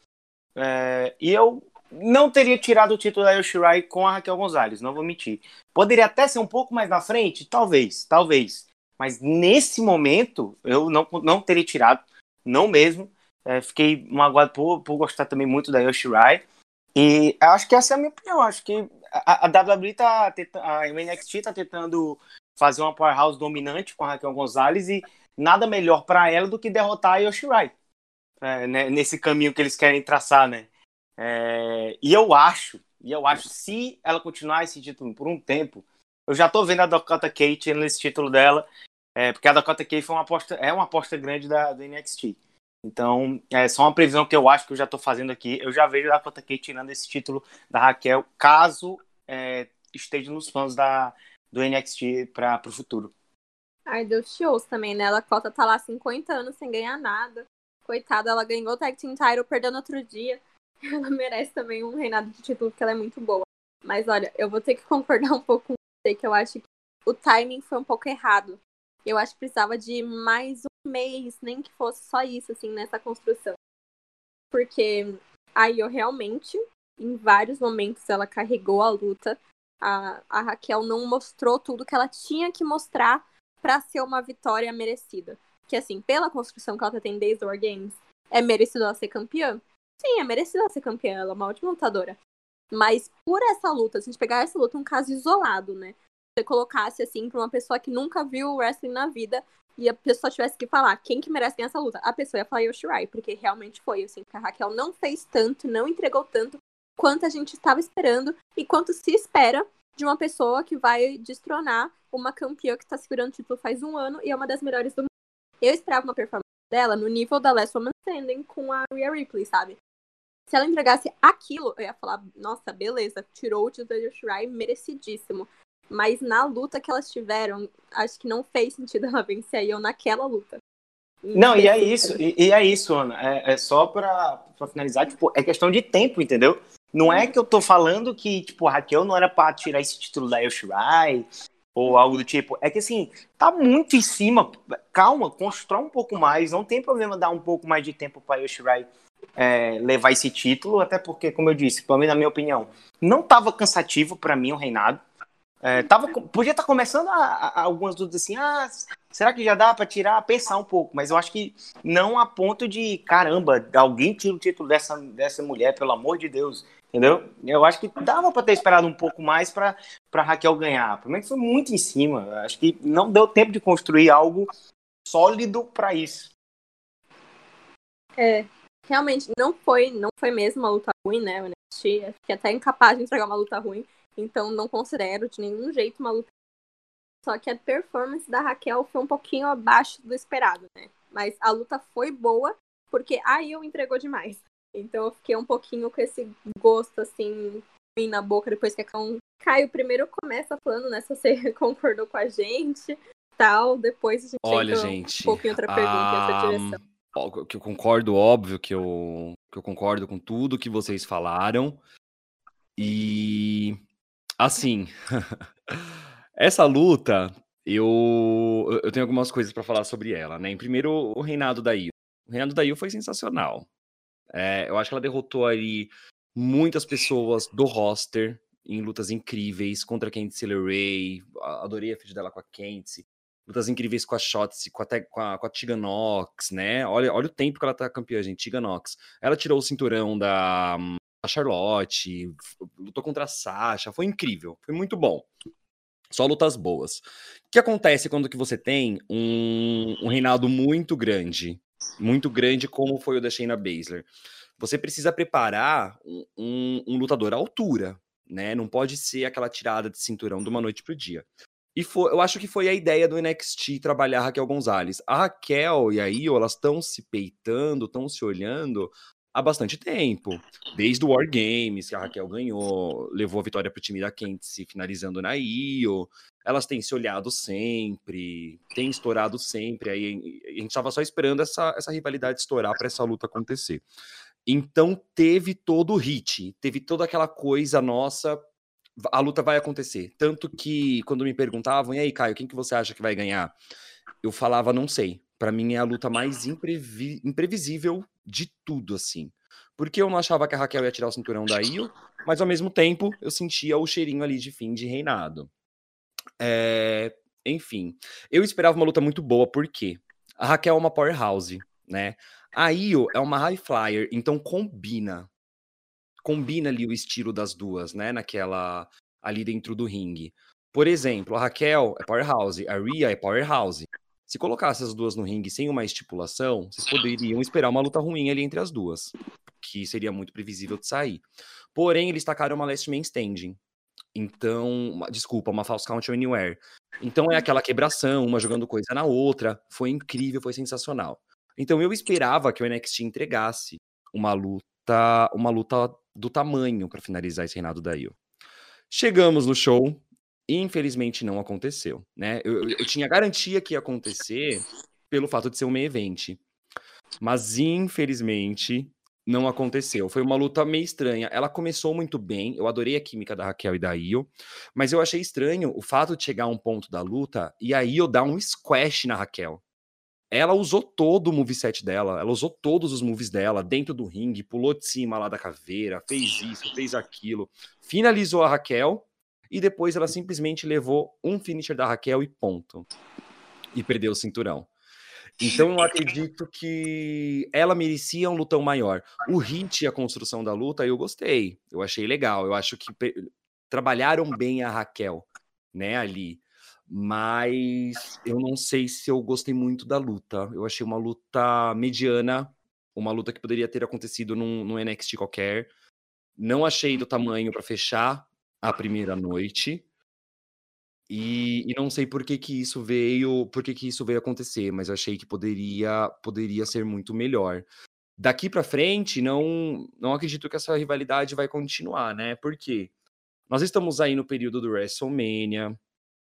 S4: É, e eu não teria tirado o título da Io Shirai com a Raquel Gonzalez, não vou mentir. Poderia até ser um pouco mais na frente? Talvez, talvez. Mas nesse momento, eu não, não teria tirado, não mesmo. É, fiquei magoado por, por gostar também muito da Io Shirai. E acho que essa é a minha opinião. Acho que a, a W W E tá tentando, a N X T tá tentando fazer uma powerhouse dominante com a Raquel Gonzalez e nada melhor para ela do que derrotar a Io Shirai. É, né, nesse caminho que eles querem traçar, né? É, e eu acho, e eu acho, se ela continuar esse título por um tempo, eu já tô vendo a Dakota Kai tendo esse título dela, é, porque a Dakota Kai foi uma aposta, é uma aposta grande da, do N X T. Então, é só uma previsão que eu acho que eu já tô fazendo aqui. Eu já vejo a Dakota Kai tirando esse título da Raquel, caso é, esteja nos planos da, do N X T para o futuro.
S3: Ai, Deus te ouça também, né? A Dakota tá lá há cinquenta anos sem ganhar nada. Coitada, ela ganhou o Tag Team Title, perdendo outro dia. Ela merece também um reinado de título, porque ela é muito boa. Mas olha, eu vou ter que concordar um pouco com você, que eu acho que o timing foi um pouco errado. Eu acho que precisava de mais um mês, nem que fosse só isso, assim, nessa construção. Porque aí eu realmente, em vários momentos, ela carregou a luta. A, a Raquel não mostrou tudo que ela tinha que mostrar pra ser uma vitória merecida. Que, assim, pela construção que ela tá tendo desde o War Games, é merecido ela ser campeã? Sim, é merecido ela ser campeã, ela é uma ótima lutadora. Mas por essa luta, se a gente pegar essa luta um caso isolado, né? Se você colocasse, assim, pra uma pessoa que nunca viu wrestling na vida e a pessoa tivesse que falar quem que merece ganhar essa luta, a pessoa ia falar Io Shirai, porque realmente foi, assim, que a Raquel não fez tanto, não entregou tanto quanto a gente estava esperando e quanto se espera de uma pessoa que vai destronar uma campeã que tá segurando o título faz um ano e é uma das melhores do mundo. Eu esperava uma performance dela no nível da Last Woman Standing com a Rhea Ripley, sabe? Se ela entregasse aquilo, eu ia falar, nossa, beleza, tirou o título da Io Shirai, merecidíssimo. Mas na luta que elas tiveram, acho que não fez sentido ela vencer a Io naquela luta.
S4: Não, e é isso, e, e é isso, Ana. É, é só pra, pra finalizar, tipo, é questão de tempo, entendeu? Não é que eu tô falando que, tipo, a Raquel não era pra tirar esse título da Io Shirai, ou algo do tipo. É que, assim, tá muito em cima. Calma, constrói um pouco mais. Não tem problema dar um pouco mais de tempo pra Io Shirai é, levar esse título. Até porque, como eu disse, pelo menos na minha opinião, não tava cansativo pra mim o reinado. É, tava, podia estar tá começando a, a, algumas dúvidas assim. Ah, será que já dá pra tirar? Pensar um pouco. Mas eu acho que não a ponto de, caramba, alguém tira o título dessa, dessa mulher, pelo amor de Deus. Entendeu? Eu acho que dava pra ter esperado um pouco mais pra, pra Raquel ganhar. Pelo menos foi muito em cima. Acho que não deu tempo de construir algo sólido pra isso.
S3: É, realmente não foi, não foi mesmo uma luta ruim, né? Eu fiquei até incapaz de entregar uma luta ruim. Então não considero de nenhum jeito uma luta. Só que a performance da Raquel foi um pouquinho abaixo do esperado, né? Mas a luta foi boa, porque a Io entregou demais. Então eu fiquei um pouquinho com esse gosto, assim, na boca, depois que a Caio primeiro começa falando, né, se você concordou com a gente, tal, depois a gente
S5: Olha,
S3: entra
S5: gente,
S3: um pouquinho outra pergunta em outra
S5: ah,
S3: direção.
S5: que eu concordo, óbvio que eu, que eu concordo com tudo que vocês falaram. E, assim, essa luta, eu, eu tenho algumas coisas pra falar sobre ela, né? Em primeiro, o reinado da Io. O reinado da Io foi sensacional. É, eu acho que ela derrotou ali muitas pessoas do roster em lutas incríveis contra a Candice LeRae. Adorei a feud dela com a Candice. Lutas incríveis com a Shotzi, com a, com a, com a Tegan Nox, né? Olha, olha o tempo que ela tá campeã, gente. Tegan Nox. Ela tirou o cinturão da, da Charlotte, lutou contra a Sasha. Foi incrível, foi muito bom. Só lutas boas. O que acontece quando que você tem um, um reinado muito grande? Muito grande como foi o da Shayna Baszler. Você precisa preparar um, um, um lutador à altura, né? Não pode ser aquela tirada de cinturão de uma noite pro dia. E foi, eu acho que foi a ideia do N X T trabalhar a Raquel Gonzalez. A Raquel e a Io, elas estão se peitando, estão se olhando há bastante tempo. Desde o War Games, que a Raquel ganhou, levou a vitória pro time da Candice, finalizando na Io. Elas têm se olhado sempre, têm estourado sempre. Aí a gente tava só esperando essa, essa rivalidade estourar para essa luta acontecer. Então teve todo o hit, teve toda aquela coisa nossa, a luta vai acontecer. Tanto que quando me perguntavam, e aí, Caio, quem que você acha que vai ganhar? Eu falava, não sei. Pra mim é a luta mais imprevi- imprevisível de tudo, assim. Porque eu não achava que a Raquel ia tirar o cinturão da Io, mas ao mesmo tempo eu sentia o cheirinho ali de fim de reinado. É, Enfim, eu esperava uma luta muito boa, porque a Raquel é uma powerhouse, né? A Io é uma high flyer, então combina. Combina ali o estilo das duas, né? Naquela. Ali dentro do ringue. Por exemplo, a Raquel é powerhouse, a Rhea é powerhouse. Se colocasse as duas no ringue sem uma estipulação, vocês poderiam esperar uma luta ruim ali entre as duas, que seria muito previsível de sair. Porém, eles tacaram uma last man standing. Então, uma- desculpa, uma false count anywhere. Então é aquela quebração, uma jogando coisa na outra. Foi incrível, foi sensacional. Então eu esperava que o N X T entregasse uma luta, uma luta do tamanho para finalizar esse reinado da Io. Chegamos no show, e infelizmente não aconteceu, né? Eu, eu- eu tinha garantia que ia acontecer pelo fato de ser um main event. Mas infelizmente não aconteceu. Foi uma luta meio estranha. Ela começou muito bem, eu adorei a química da Raquel e da Io, mas eu achei estranho o fato de chegar a um ponto da luta e a Io dar um squash na Raquel. Ela usou todo o moveset dela, ela usou todos os moves dela dentro do ringue, pulou de cima lá da caveira, fez isso, fez aquilo, finalizou a Raquel e depois ela simplesmente levou um finisher da Raquel e ponto. E perdeu o cinturão. Então eu acredito que ela merecia um lutão maior. O hit e a construção da luta eu gostei, eu achei legal, eu acho que pe- trabalharam bem a Raquel, né, ali. Mas eu não sei se eu gostei muito da luta. Eu achei uma luta mediana, uma luta que poderia ter acontecido num, num N X T qualquer. Não achei do tamanho para fechar a primeira noite. E, e não sei por que que isso veio, por que que isso veio acontecer, mas eu achei que poderia, poderia ser muito melhor. Daqui pra frente, não, não acredito que essa rivalidade vai continuar, né? Por quê? Nós estamos aí no período do WrestleMania,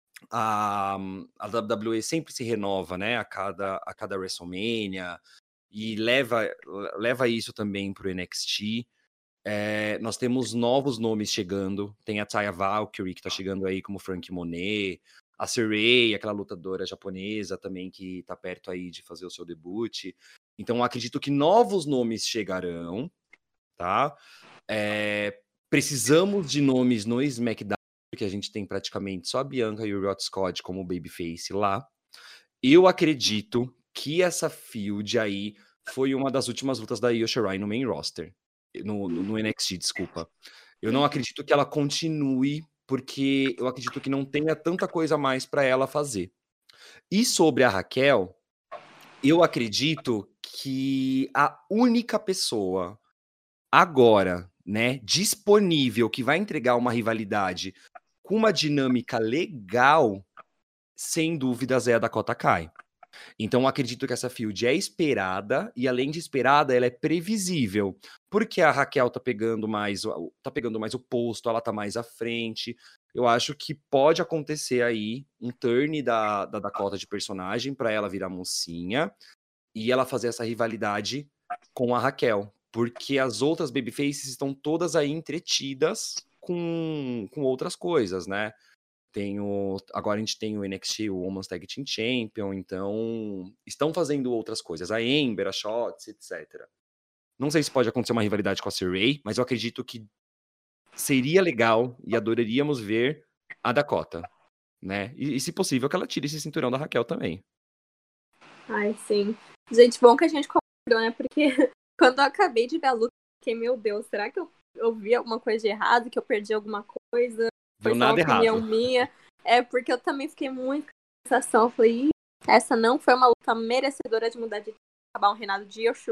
S5: a, a W W E sempre se renova, né? A cada, a cada WrestleMania, e leva, leva isso também pro N X T. É, nós temos novos nomes chegando. Tem a Taya Valkyrie, que tá chegando aí como Frankie Monet. A Sarray, aquela lutadora japonesa também, que tá perto aí de fazer o seu debut. Então, eu acredito que novos nomes chegarão, tá? É, precisamos de nomes no SmackDown, porque a gente tem praticamente só a Bianca e o Riot Scott como babyface lá. Eu acredito que essa feud aí foi uma das últimas lutas da Io Shirai no main roster. No, no, no N X T, desculpa. Eu não acredito que ela continue, porque eu acredito que não tenha tanta coisa a mais para ela fazer. E sobre a Raquel, eu acredito que a única pessoa agora, né, disponível que vai entregar uma rivalidade com uma dinâmica legal, sem dúvidas, é a Dakota Kai. Então, eu acredito que essa feud é esperada, e além de esperada, ela é previsível. Porque a Raquel tá pegando mais, o- tá pegando mais o posto, ela tá mais à frente. Eu acho que pode acontecer aí um turn da, da Dakota de personagem pra ela virar mocinha e ela fazer essa rivalidade com a Raquel. Porque as outras babyfaces estão todas aí entretidas com, com outras coisas, né? Tem o, agora a gente tem o N X T, o Women's Tag Team Champion, então estão fazendo outras coisas, a Ember, a Shotzi, etcétera. Não sei se pode acontecer uma rivalidade com a Sarray, mas eu acredito que seria legal e adoraríamos ver a Dakota, né? E, e se possível que ela tire esse cinturão da Raquel também.
S3: Ai, sim. Gente, bom que a gente concordou, né? Porque quando eu acabei de ver a luta, eu fiquei, meu Deus, será que eu, eu vi alguma coisa de errado? Que eu perdi alguma coisa? Foi
S5: Viu
S3: só uma
S5: nada
S3: opinião
S5: errado.
S3: minha. É porque eu também fiquei muito com a sensação. Eu falei, Ih, essa não foi uma luta merecedora de mudar de acabar um reinado de Yoshu.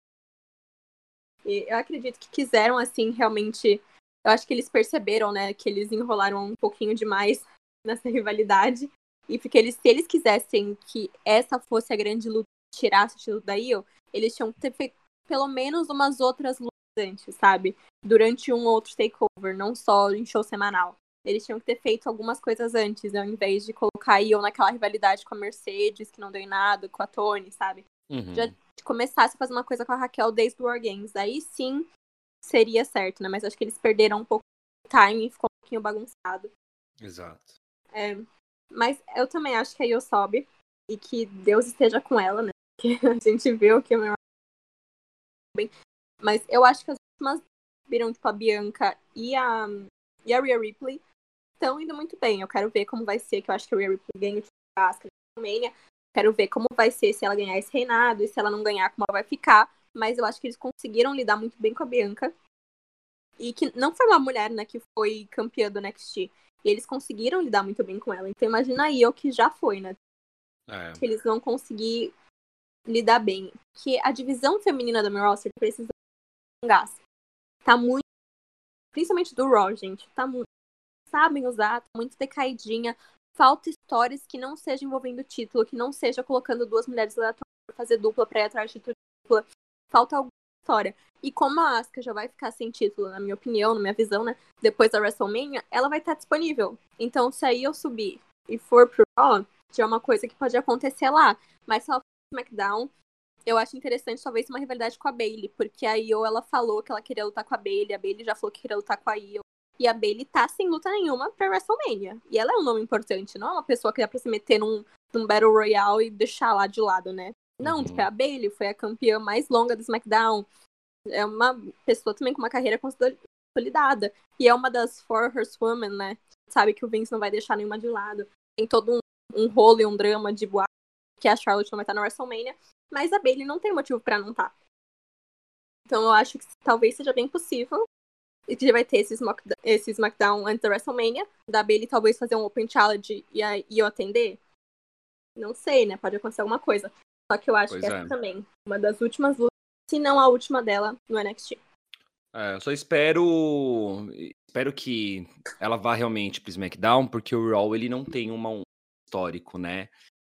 S3: E eu acredito que quiseram, assim, realmente. Eu acho que eles perceberam, né? Que eles enrolaram um pouquinho demais nessa rivalidade. E porque eles, se eles quisessem que essa fosse a grande luta, tirasse o título da Io, eles tinham que ter feito, pelo menos umas outras lutas antes, sabe? Durante um outro takeover, não só em show semanal. Eles tinham que ter feito algumas coisas antes, ao invés de colocar a Io naquela rivalidade com a Mercedes, que não deu em nada, com a Toni, sabe?
S5: Uhum.
S3: Já começasse a fazer uma coisa com a Raquel desde o War Games. Aí sim seria certo, né? Mas acho que eles perderam um pouco de time e ficou um pouquinho bagunçado.
S5: Exato.
S3: É, mas eu também acho que a Io sobe e que Deus esteja com ela, né? Que a gente viu que o bem. Mas eu acho que as últimas viram, tipo, a Bianca e a, e a Rhea Ripley estão indo muito bem. Eu quero ver como vai ser, que eu acho que a Rhea Ripley ganha o título da Asuka na WrestleMania. Quero ver como vai ser se ela ganhar esse reinado e se ela não ganhar, como ela vai ficar. Mas eu acho que eles conseguiram lidar muito bem com a Bianca. E que não foi uma mulher, né, que foi campeã do N X T. E eles conseguiram lidar muito bem com ela. Então imagina a Io que já foi, né?
S5: É.
S3: Que eles vão conseguir lidar bem. Que a divisão feminina da main roster precisa de um gás. Tá muito... Principalmente do Raw, gente. Tá muito... Sabem usar, tá muito decaidinha. Falta histórias que não sejam envolvendo o título, que não seja colocando duas mulheres aleatórias pra fazer dupla, pra ir atrás de dupla. Falta alguma história. E como a Asuka já vai ficar sem título, na minha opinião, na minha visão, né? Depois da WrestleMania, ela vai estar disponível. Então, se aí eu subir e for pro Raw, já é uma coisa que pode acontecer lá. Mas só no SmackDown, eu acho interessante talvez uma rivalidade com a Bayley, porque a Io, ela falou que ela queria lutar com a Bayley, a Bayley já falou que queria lutar com a Io. E a Bayley tá sem luta nenhuma pra WrestleMania. E ela é um nome importante, não é uma pessoa que dá pra se meter num, num Battle Royale e deixar lá de lado, né? Não,
S5: Uhum.
S3: porque a Bayley foi a campeã mais longa do SmackDown. É uma pessoa também com uma carreira consolidada. E é uma das Four Horsewomen, né? Sabe que o Vince não vai deixar nenhuma de lado. Tem todo um, um rolo e um drama de boate que a Charlotte não vai estar na WrestleMania. Mas a Bayley não tem motivo pra não estar. Então eu acho que talvez seja bem possível. E que vai ter esse, smack, esse SmackDown antes da WrestleMania. Da Bayley talvez fazer um Open Challenge e, a, e eu atender. Não sei, né? Pode acontecer alguma coisa. Só que eu acho
S5: Pois
S3: que
S5: é.
S3: essa também. Uma das últimas lutas, se não a última dela no N X T.
S5: É, eu só espero espero que ela vá realmente pro SmackDown, porque o Raw ele não tem uma, um histórico, né,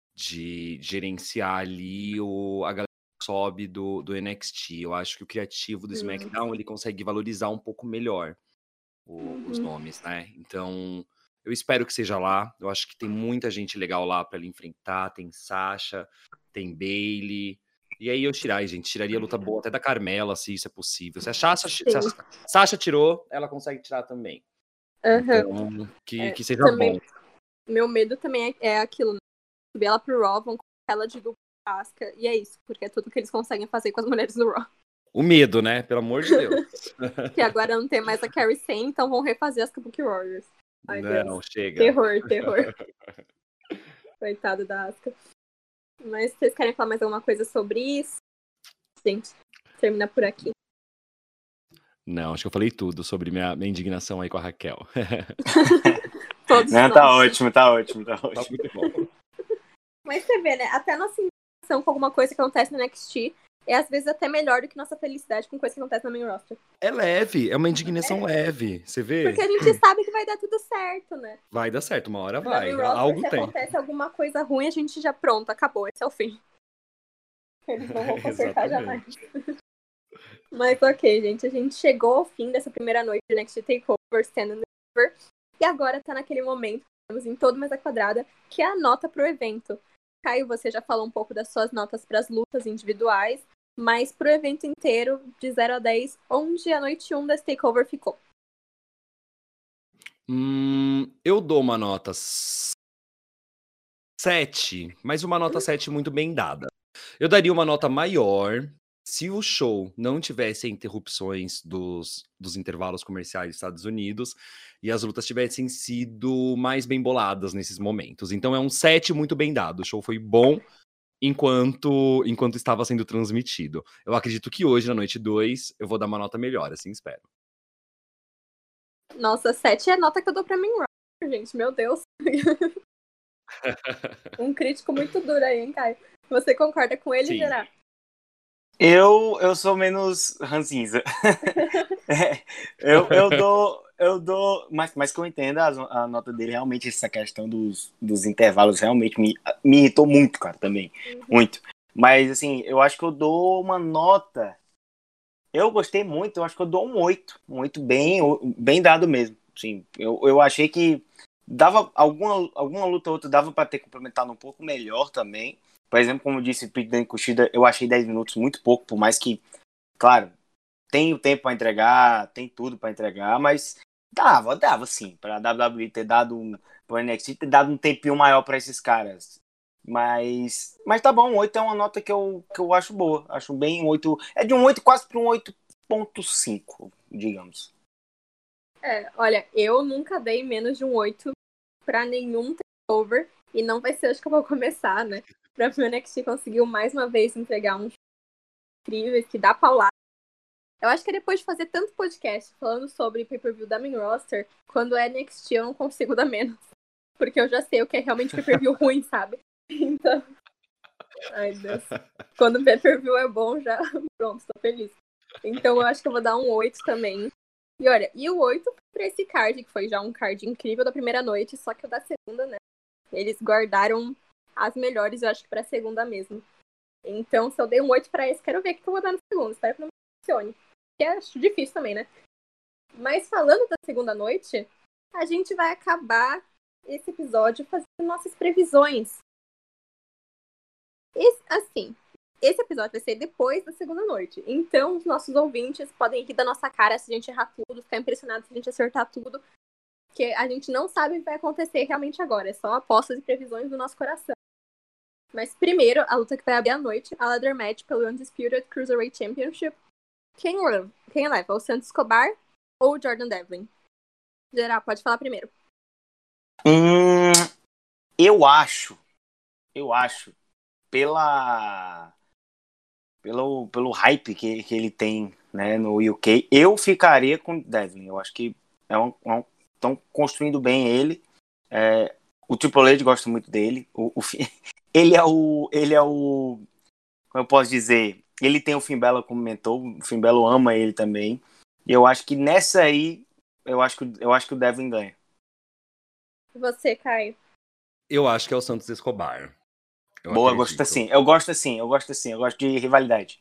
S5: de gerenciar ali o, a galera que sobe do, do N X T. Eu acho que o criativo do
S3: Hum.
S5: SmackDown ele consegue valorizar um pouco melhor o- os
S3: Uhum.
S5: nomes, né? Então, eu espero que seja lá. Eu acho que tem muita gente legal lá pra ele enfrentar. Tem Sasha, tem Bayley. E aí eu tirar, gente, tiraria luta boa até da Carmela, se isso é possível. Se a Sasha, se a
S3: Sim.
S5: Sasha tirou, ela consegue tirar também.
S3: Aham.
S5: Então, que,
S3: É,
S5: que seja
S3: também-
S5: bom.
S3: Meu medo também é, é aquilo, né? Subir ela pro Raw, vão colocar ela de dupla casca. E é isso, porque é tudo que eles conseguem fazer com as mulheres do Raw.
S5: O medo, né? Pelo amor de Deus.
S3: Que agora não tem mais a Kairi Sane, então vão refazer as Kabuki Warriors. Ai,
S5: Não,
S3: Deus.
S5: chega.
S3: Terror, terror. Coitado da Asuka. Mas vocês querem falar mais alguma coisa sobre isso? Gente, termina por aqui.
S5: Não, acho que eu falei tudo sobre minha, minha indignação aí com a Raquel.
S3: Todos
S4: Não,
S3: nós.
S4: tá ótimo, tá ótimo, tá
S5: Tá
S4: ótimo.
S5: muito bom.
S3: Mas você vê, né? Até a nossa indignação com alguma coisa que acontece no N X T é às vezes até melhor do que nossa felicidade com coisa que acontece na main roster.
S5: É leve, é uma indignação leve. Você vê?
S3: Porque a gente sabe que vai dar tudo certo, né?
S5: Vai dar certo, uma hora
S3: Na
S5: vai.
S3: main roster,
S5: Algo
S3: se
S5: tem.
S3: acontece alguma coisa ruim, a gente já pronto, acabou, esse é o fim. Eles não vão consertar jamais. Mas ok, gente, a gente chegou ao fim dessa primeira noite do N X T TakeOver, Stand and Deliver, e agora tá naquele momento, estamos em todo Mesa Quadrada, que é a nota pro evento. Caio, você já falou um pouco das suas notas para as lutas individuais, mas pro evento inteiro, de zero a dez, onde a noite um desse TakeOver ficou?
S5: Hum, eu dou uma nota sete, mas uma nota sete muito bem dada. Eu daria uma nota maior se o show não tivesse interrupções dos, dos intervalos comerciais dos Estados Unidos e as lutas tivessem sido mais bem boladas nesses momentos. Então é um sete muito bem dado. O show foi bom enquanto, enquanto estava sendo transmitido. Eu acredito que hoje, na noite dois, eu vou dar uma nota melhor, assim espero.
S3: Nossa, sete é a nota que eu dou pra mim, gente, meu Deus. Um crítico muito duro aí, hein, Caio? Você concorda com ele,
S5: Sim.
S3: Gerard?
S4: Eu, eu sou menos ranzinza. É, eu, eu dou, eu dou, mas, mas que eu entenda a, a nota dele, realmente essa questão dos, dos intervalos realmente me, me irritou muito, cara, também, muito. Mas assim, eu acho que eu dou uma nota eu gostei muito, eu acho que eu dou um oito. Um oito bem, bem dado mesmo. Sim, eu, eu achei que dava alguma, alguma luta ou outra, dava para ter complementado um pouco melhor também. Por exemplo, como disse o Pete Kushida, eu achei dez minutos muito pouco, por mais que, claro, tem o tempo para entregar, tem tudo para entregar, mas dava, dava sim, para a W W E ter dado um, para N X T ter dado um tempinho maior para esses caras. Mas, mas tá bom, um oito é uma nota que eu, que eu acho boa. Acho bem um oito. É de um oito quase para um oito ponto cinco, digamos.
S3: É, olha, eu nunca dei menos de um oito pra nenhum takeover. E não vai ser hoje que eu vou começar, né? Pra o N X T conseguiu mais uma vez entregar uns incríveis que dá paulada. Eu acho que depois de fazer tanto podcast falando sobre pay-per-view da main roster, quando é N X T eu não consigo dar menos. Porque eu já sei o que é realmente pay-per-view ruim, sabe? Então, ai Deus. Quando o pay-per-view é bom, já pronto, tô feliz. Então eu acho que eu vou dar um oito também. E olha, e o oito pra esse card, que foi já um card incrível da primeira noite, só que o da segunda, né? Eles guardaram as melhores, eu acho que pra segunda mesmo. Então, se eu dei um oito pra esse, quero ver o que eu vou dar no segundo. Espero que não funcione. Que é acho difícil também, né? Mas falando da segunda noite, a gente vai acabar esse episódio fazendo nossas previsões. Esse, assim, esse episódio vai ser depois da segunda noite. Então, os nossos ouvintes podem rir da nossa cara se a gente errar tudo, ficar impressionado se a gente acertar tudo. Porque a gente não sabe o que vai acontecer realmente agora. É só apostas e previsões do nosso coração. Mas primeiro, a luta que vai abrir a noite, a ladder match pelo Undisputed Cruiserweight Championship. Quem leva? Quem leva? O Santos Escobar ou o Jordan Devlin? Geral, pode falar primeiro.
S4: Hum, eu acho, eu acho, pela, pelo, pelo hype que, que ele tem, né, no U K, eu ficaria com o Devlin. Eu acho que é um, um, estão construindo bem ele. É, o Triple H gosta muito dele. O, o, ele é o, ele é o, como eu posso dizer, ele tem o Finn Balor como mentor. O Finn Balor ama ele também. E eu acho que nessa aí, eu acho que, eu acho que o Devlin ganha.
S3: E você, Caio?
S5: Eu acho que é o Santos Escobar. Eu
S4: Boa,
S5: acredito.
S4: gosto assim. Eu gosto assim, eu gosto assim, eu gosto de rivalidade.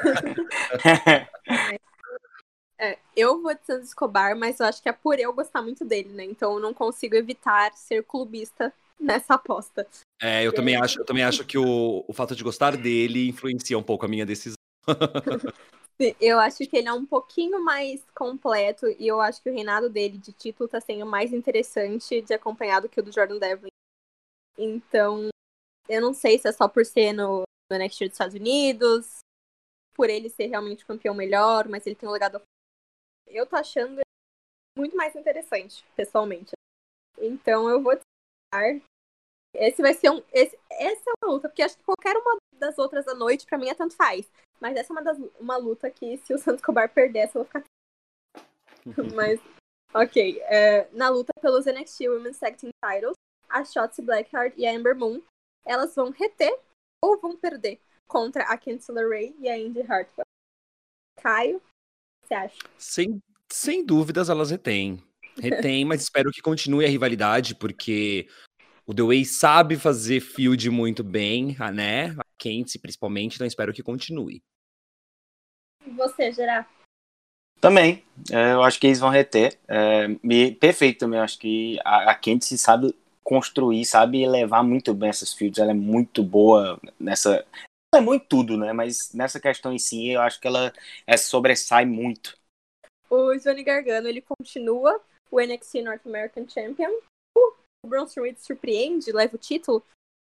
S3: É, eu vou de Santos Escobar, mas eu acho que é por eu gostar muito dele, né? Então eu não consigo evitar ser clubista nessa aposta.
S5: É, eu também acho, eu também acho que o, o fato de gostar dele influencia um pouco a minha decisão.
S3: Eu acho que ele é um pouquinho mais completo e eu acho que o reinado dele de título tá sendo mais interessante de acompanhar do que o do Jordan Devlin. Então, eu não sei se é só por ser no, no N X T dos Estados Unidos, por ele ser realmente o campeão melhor, mas ele tem um legado. Eu tô achando ele muito mais interessante, pessoalmente. Então, eu vou disputar. Esse vai ser um. Esse, essa é uma luta, porque acho que qualquer uma das outras da noite, pra mim, é tanto faz. Mas essa é uma, das, uma luta que, se o Santos Escobar perder, essa eu vou ficar. Mas, ok. É, na luta pelos N X T Women's Tag Team Titles, a Shotzi Blackheart e a Ember Moon, elas vão reter ou vão perder contra a Candice LeRae e a Indi Hartwell. Caio, o que você acha?
S5: Sem, sem dúvidas, elas retêm. Retêm, mas espero que continue a rivalidade, porque o The Way sabe fazer field muito bem, né? A Candice, principalmente, então espero que continue.
S3: E você, Gerard?
S4: Também, é, eu acho que eles vão reter. É, me, perfeito também, eu acho que a, a Candice sabe construir, sabe levar muito bem essas fields, ela é muito boa nessa... Ela é muito tudo, né? Mas nessa questão em si, eu acho que ela é, sobressai muito.
S3: O Johnny Gargano, ele continua o N X T North American Champion. O Braun Strowman surpreende, leva o título.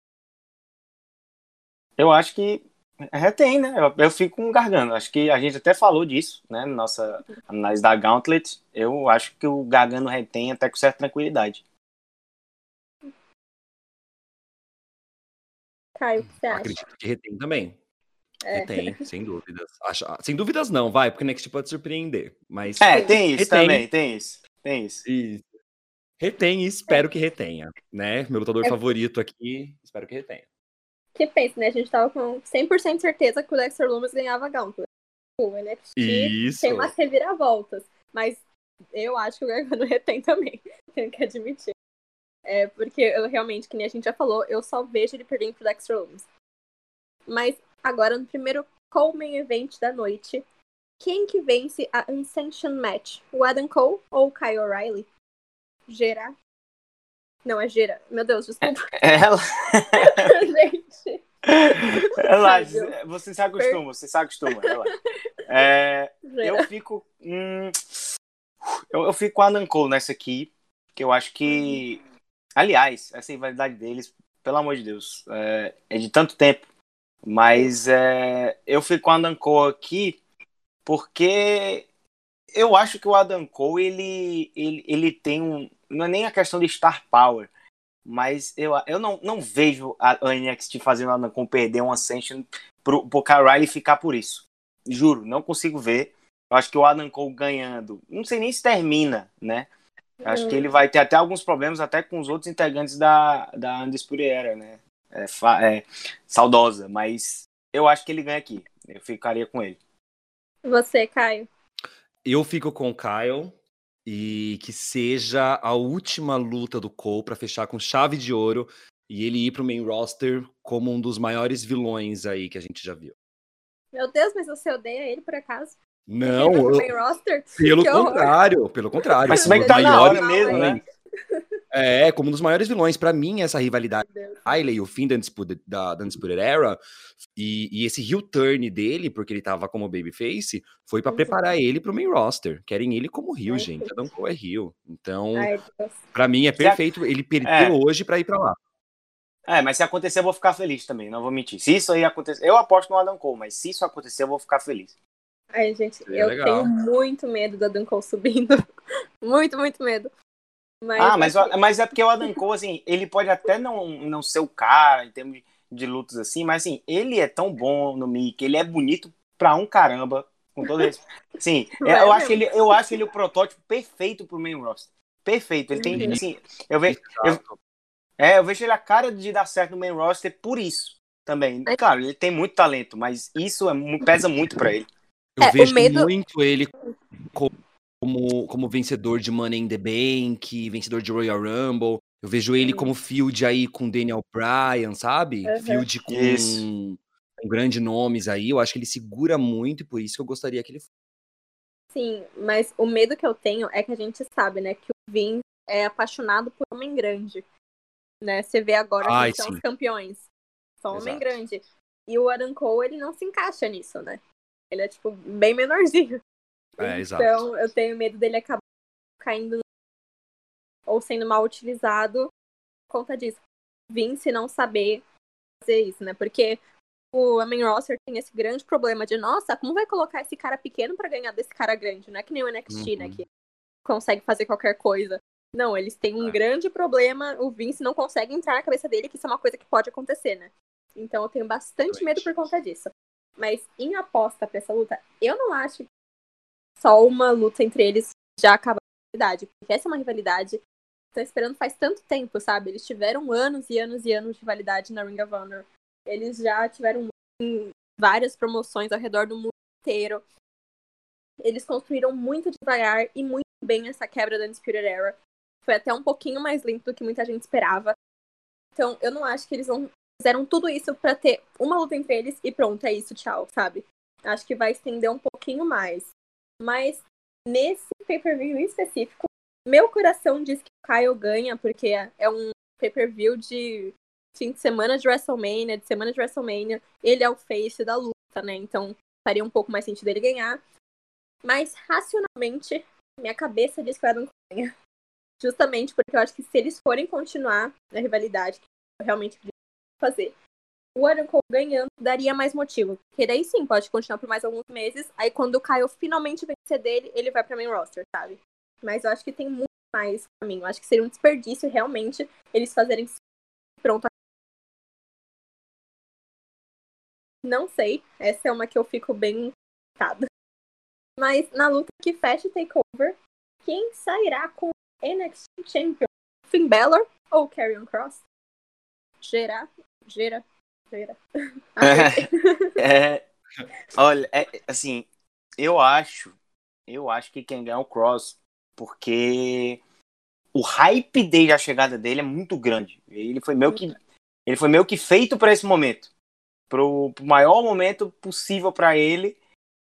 S4: Eu acho que retém, né? Eu, eu fico com o Gargano. Acho que a gente até falou disso, né? Na nossa análise da Gauntlet. Eu acho que o Gargano retém até com certa tranquilidade.
S3: Caio, o que você acha?
S5: Acredito que retém também.
S3: É.
S5: Retém, sem dúvidas. Acho, sem dúvidas não, vai, porque o N X T pode surpreender. Mas
S4: É, tem isso
S5: retém.
S4: também, tem isso. Tem isso.
S5: Isso. Retém e espero que retenha, né? Meu lutador
S3: É.
S5: favorito aqui, espero que retenha.
S3: Que pensa, né? A gente tava com cem por cento certeza que o Dexter Lumis ganhava a Gauntlet. O N X T
S5: Isso.
S3: tem umas reviravoltas. Mas eu acho que o Gargano retém também. Tenho que admitir. É, porque eu realmente, que nem a gente já falou, eu só vejo ele perdendo pro Dexter Lumis. Mas agora, no primeiro co-main event da noite, Quem que vence a Unsanctioned Match? O Adam Cole ou o Kyle O'Reilly? Gera? Não, é Gera. Meu Deus, desculpa.
S4: Ela...
S3: Gente.
S4: Relaxa, você se acostuma, você se acostuma. É, eu fico. Hum, eu, eu fico com a Adam Cole nessa aqui, que eu acho que. Aliás, essa rivalidade deles, pelo amor de Deus, é, é de tanto tempo. Mas é, eu fico com a Adam Cole aqui porque eu acho que o Adam Cole ele, ele, ele tem um. Não é nem a questão de star power. Mas eu, eu não, não vejo a N X T fazendo a Adam Cole perder uma Ascension pro, pro Kyle O'Reilly ficar por isso. Juro, não consigo ver. Eu acho que o Adam Cole ganhando, não sei nem se termina, né? Eu acho que ele vai ter até alguns problemas até com os outros integrantes da, da Undisputed Era, né? É, é, saudosa, mas eu acho que ele ganha aqui. Eu ficaria com ele.
S3: Você, Caio?
S5: Eu fico com o Kyle. E que seja a última luta do Cole pra fechar com chave de ouro e ele ir pro main roster como um dos maiores vilões aí que a gente já viu.
S3: Meu Deus, mas você odeia ele por acaso?
S5: Não,
S3: ele
S5: eu...
S3: main roster?
S5: pelo
S3: Que
S5: contrário, pelo contrário.
S4: Mas se bem que tá na hora mesmo, né?
S5: É, como um dos maiores vilões. Pra mim, essa rivalidade Riley, o fim da Undisputed, da, da Undisputed Era e, e esse heel turn dele, porque ele tava como babyface, foi pra preparar ele pro main roster. Querem ele como heel,
S3: Ai,
S5: gente. Adam Cole é heel. Então,
S3: Ai,
S5: pra mim é perfeito ele perder
S4: é.
S5: hoje pra ir pra lá.
S4: É, mas se acontecer eu vou ficar feliz também, não vou mentir. Se isso aí acontecer, eu aposto no Adam Cole, mas se isso acontecer eu vou ficar feliz.
S3: Ai, gente,
S5: É
S3: eu
S5: legal.
S3: tenho muito medo do Adam Cole subindo. muito, muito medo. Mas,
S4: ah, mas,
S3: assim...
S4: mas é porque o Adam Cole, assim, ele pode até não, não ser o cara em termos de, de lutas assim, mas assim, ele é tão bom no mic, ele é bonito pra um caramba, com todo isso. Sim, é, eu, acho ele, eu acho ele o protótipo perfeito pro main roster. Perfeito. Ele tem, assim, eu vejo. Eu, é, eu vejo ele a cara de dar certo no main roster por isso também. Claro, ele tem muito talento, mas isso é, pesa muito pra ele.
S5: Eu
S3: é,
S5: vejo
S3: medo...
S5: muito ele como, como vencedor de Money in the Bank, vencedor de Royal Rumble. Eu vejo ele como field aí com Daniel Bryan, sabe?
S3: Uhum.
S5: Field com, com grandes nomes aí. Eu acho que ele segura muito e por isso que eu gostaria que ele fosse.
S3: Sim, mas o medo que eu tenho é que a gente sabe, né, que o Vince é apaixonado por homem grande, né? Você vê agora
S5: Ai,
S3: que são
S5: sim.
S3: os campeões, são homem
S5: Exato.
S3: grande. E o Adam Cole, ele não se encaixa nisso, né? Ele é, tipo, bem menorzinho.
S5: É, exato.
S3: Então, eu tenho medo dele acabar caindo ou sendo mal utilizado por conta disso. Vince não saber fazer isso, né? Porque o main roster tem esse grande problema de, nossa, como vai colocar esse cara pequeno pra ganhar desse cara grande? Não é que nem o N X T,
S5: Uhum.
S3: né? Que consegue fazer qualquer coisa. Não, eles têm um
S5: É.
S3: grande problema, o Vince não consegue entrar na cabeça dele que isso é uma coisa que pode acontecer, né? Então eu tenho bastante medo por conta disso. Mas em aposta pra essa luta, eu não acho que só uma luta entre eles já acaba a rivalidade. Porque essa é uma rivalidade que estão esperando faz tanto tempo, sabe? Eles tiveram anos e anos e anos de rivalidade na Ring of Honor. Eles já tiveram várias promoções ao redor do mundo inteiro. Eles construíram muito devagar e muito bem essa quebra da Undisputed Era. Foi até um pouquinho mais lento do que muita gente esperava. Então, eu não acho que eles vão fizeram tudo isso pra ter uma luta entre eles e pronto, é isso, tchau, sabe? Acho que vai estender um pouquinho mais. Mas, nesse pay-per-view em específico, meu coração diz que o Kyle ganha, porque é um pay-per-view de fim de semana de WrestleMania, de semana de WrestleMania. Ele é o face da luta, né? Então, faria um pouco mais sentido ele ganhar. Mas, racionalmente, minha cabeça diz que o Adam Cole ganha. Justamente porque eu acho que se eles forem continuar na rivalidade, que eu realmente acredito fazer, o Adam Cole ganhando daria mais motivo. Porque daí sim, pode continuar por mais alguns meses. Aí quando o Kyle finalmente vencer dele, ele vai pra main roster, sabe? Mas eu acho que tem muito mais caminho. Eu acho que seria um desperdício realmente eles fazerem pronto. Não sei. Essa é uma que eu fico bem irritada. Mas na luta que fecha o TakeOver, quem sairá com o N X T Champion? Finn Balor ou Karrion Kross? Gera, gera, gera.
S4: é, é, olha, é, assim, eu acho, eu acho que quem ganha é o Kross, porque o hype desde a chegada dele é muito grande. Ele foi meio que, ele foi meio que feito para esse momento, pro, pro maior momento possível para ele.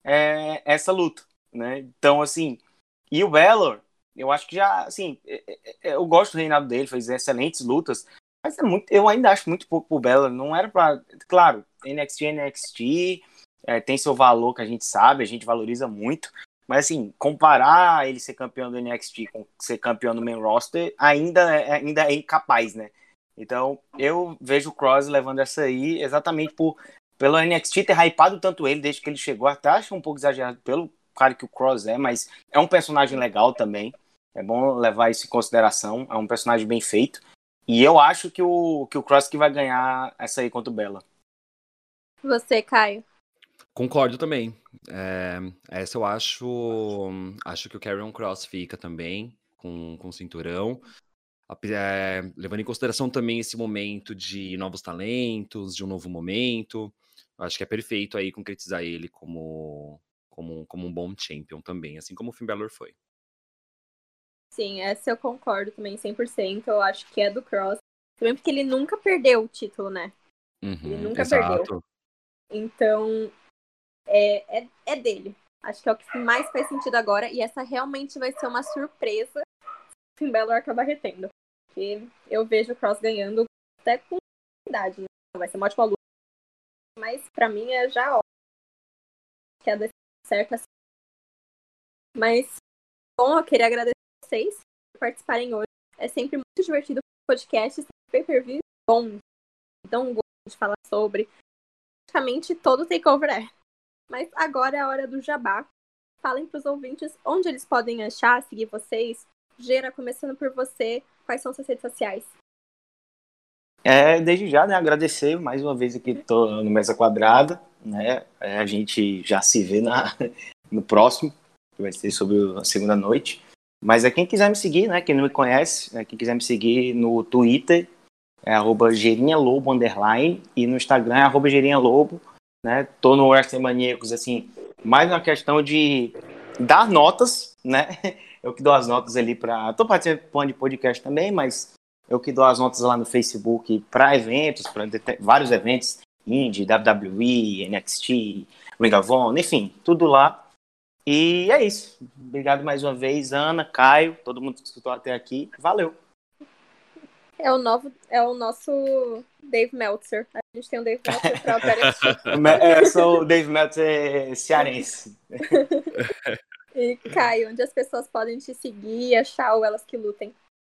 S4: é, essa luta, né? Então, assim, e o Balor, eu acho que já, assim, eu gosto do reinado dele, fez excelentes lutas, mas é muito, eu ainda acho muito pouco pro Balor, não era pra, claro, N X T, N X T, é, tem seu valor que a gente sabe, a gente valoriza muito, mas assim, comparar ele ser campeão do N X T com ser campeão do main roster, ainda é, ainda é incapaz, né? Então, eu vejo o Cross levando essa aí exatamente por, pelo N X T ter hypado tanto ele desde que ele chegou, até acho um pouco exagerado pelo cara que o Cross é, mas é um personagem legal também, é bom levar isso em consideração, é um personagem bem feito, e eu acho que o, que o Cross que vai ganhar essa aí contra o Bella.
S3: Você, Caio?
S5: Concordo também. É, essa eu acho. Acho que o Karrion Kross fica também com, com o cinturão. É, levando em consideração também esse momento de novos talentos, de um novo momento. Acho que é perfeito aí concretizar ele como, como, como um bom champion também, assim como o Finn Balor foi.
S3: Sim, essa eu concordo também cem por cento. Eu acho que é do Cross. Também porque ele nunca perdeu o título, né?
S5: Uhum,
S3: ele nunca
S5: exato.
S3: perdeu. Então, é, é, é dele. Acho que é o que mais faz sentido agora. E essa realmente vai ser uma surpresa se o Finn Balor acabar retendo. Porque eu vejo o Cross ganhando até com idade, né? Vai ser uma ótima luta. Mas pra mim é já óbvio que é a decisão certa. Mas, bom, eu queria agradecer a vocês por participarem hoje. É sempre muito divertido o podcast, pay-per-view bom. Então, gosto de falar sobre praticamente todo o takeover é. Mas agora é a hora do jabá. Falem pros ouvintes onde eles podem achar, seguir vocês. Gera, começando por você, quais são suas redes sociais?
S4: É, desde já, né, agradecer mais uma vez aqui, tô no Mesa Quadrada, né, é, a gente já se vê na, no próximo, que vai ser sobre a segunda noite, mas é quem quiser me seguir, né, quem não me conhece, é, quem quiser me seguir no Twitter, é arroba gerinhalobo, underline, e no Instagram é arroba gerinhalobo, né, tô no Wrestling Maníacos, assim, mais uma questão de dar notas, né, eu que dou as notas ali pra, tô participando de podcast também, mas eu que dou as notas lá no Facebook para eventos, para vários eventos, Indie, W W E, N X T, Ring of Honor, enfim, tudo lá. E é isso. Obrigado mais uma vez, Ana, Caio, todo mundo que escutou até aqui. Valeu.
S3: É o, novo, é o nosso Dave Meltzer. A gente tem um Dave Meltzer para o N X T.
S4: Eu sou o Dave Meltzer cearense.
S3: E, Caio, onde as pessoas podem te seguir e achar o Elas Que Lutem?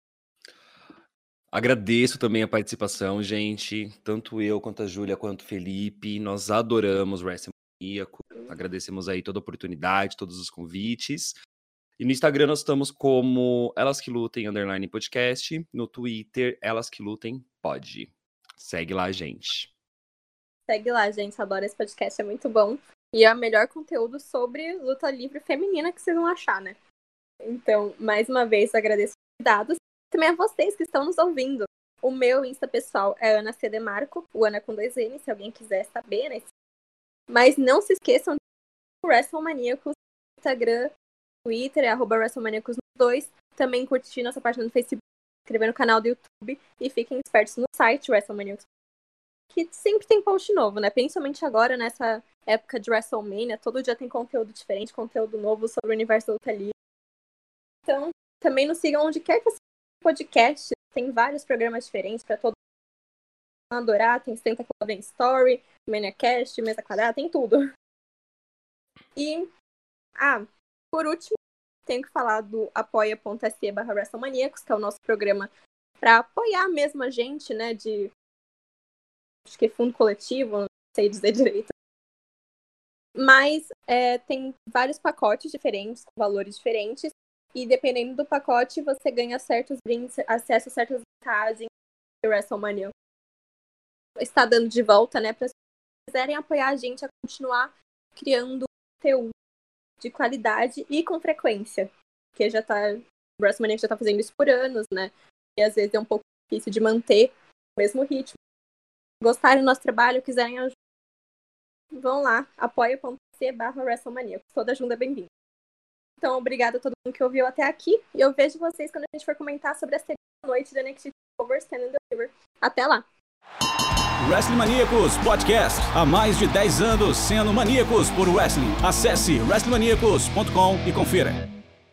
S5: Agradeço também a participação, gente. Tanto eu, quanto a Júlia, quanto o Felipe. Nós adoramos o Wrestling Maníaco. Agradecemos aí toda a oportunidade, todos os convites. E no Instagram nós estamos como Elas Que Lutem, underline podcast. No Twitter, Elas Que Lutem, pode. Segue lá, gente.
S3: Segue lá, gente. Adoro esse podcast, é muito bom. E é o melhor conteúdo sobre luta livre feminina que vocês vão achar, né? Então, mais uma vez, eu agradeço os convidados. Também a vocês que estão nos ouvindo. O meu Insta pessoal é Ana C. Demarco, o Ana com dois N, se alguém quiser saber, né? Mas não se esqueçam do WrestleManiacos no Instagram, Twitter, é arroba WrestleManiacos dois. Também curtir nossa página no Facebook, inscrever no canal do YouTube e fiquem espertos no site WrestleManiacos, que sempre tem post novo, né? Principalmente agora, nessa época de WrestleMania, todo dia tem conteúdo diferente, conteúdo novo sobre o universo da luta livre. Então, também nos sigam onde quer que você podcast, tem vários programas diferentes para todo mundo adorar, tem Senta Club Story, Maniacast, Mesa Quadrada, tem tudo. E, ah, por último, tenho que falar do apoia.se barra WrestleManiacos, que é o nosso programa para apoiar mesmo a gente, né, de, acho que fundo coletivo, não sei dizer direito. Mas é, tem vários pacotes diferentes, com valores diferentes. E dependendo do pacote, você ganha certos brindes, acesso a certas vantagens do WrestleMania. Está dando de volta, né? Para se quiserem apoiar a gente a continuar criando conteúdo de qualidade e com frequência. Porque já tá. O WrestleMania já tá fazendo isso por anos, né? E às vezes é um pouco difícil de manter o mesmo ritmo. Gostarem do nosso trabalho, quiserem ajudar, vão lá, apoia.se barra WrestleMania. Toda ajuda é bem-vinda. Então, obrigada a todo mundo que ouviu até aqui. E eu vejo vocês quando a gente for comentar sobre a segunda noite da N X T TakeOver Stand and Deliver. Até lá!
S1: Wrestling Maníacos Podcast. Há mais de dez anos sendo maníacos por wrestling. Acesse wrestling maníacos ponto com e confira.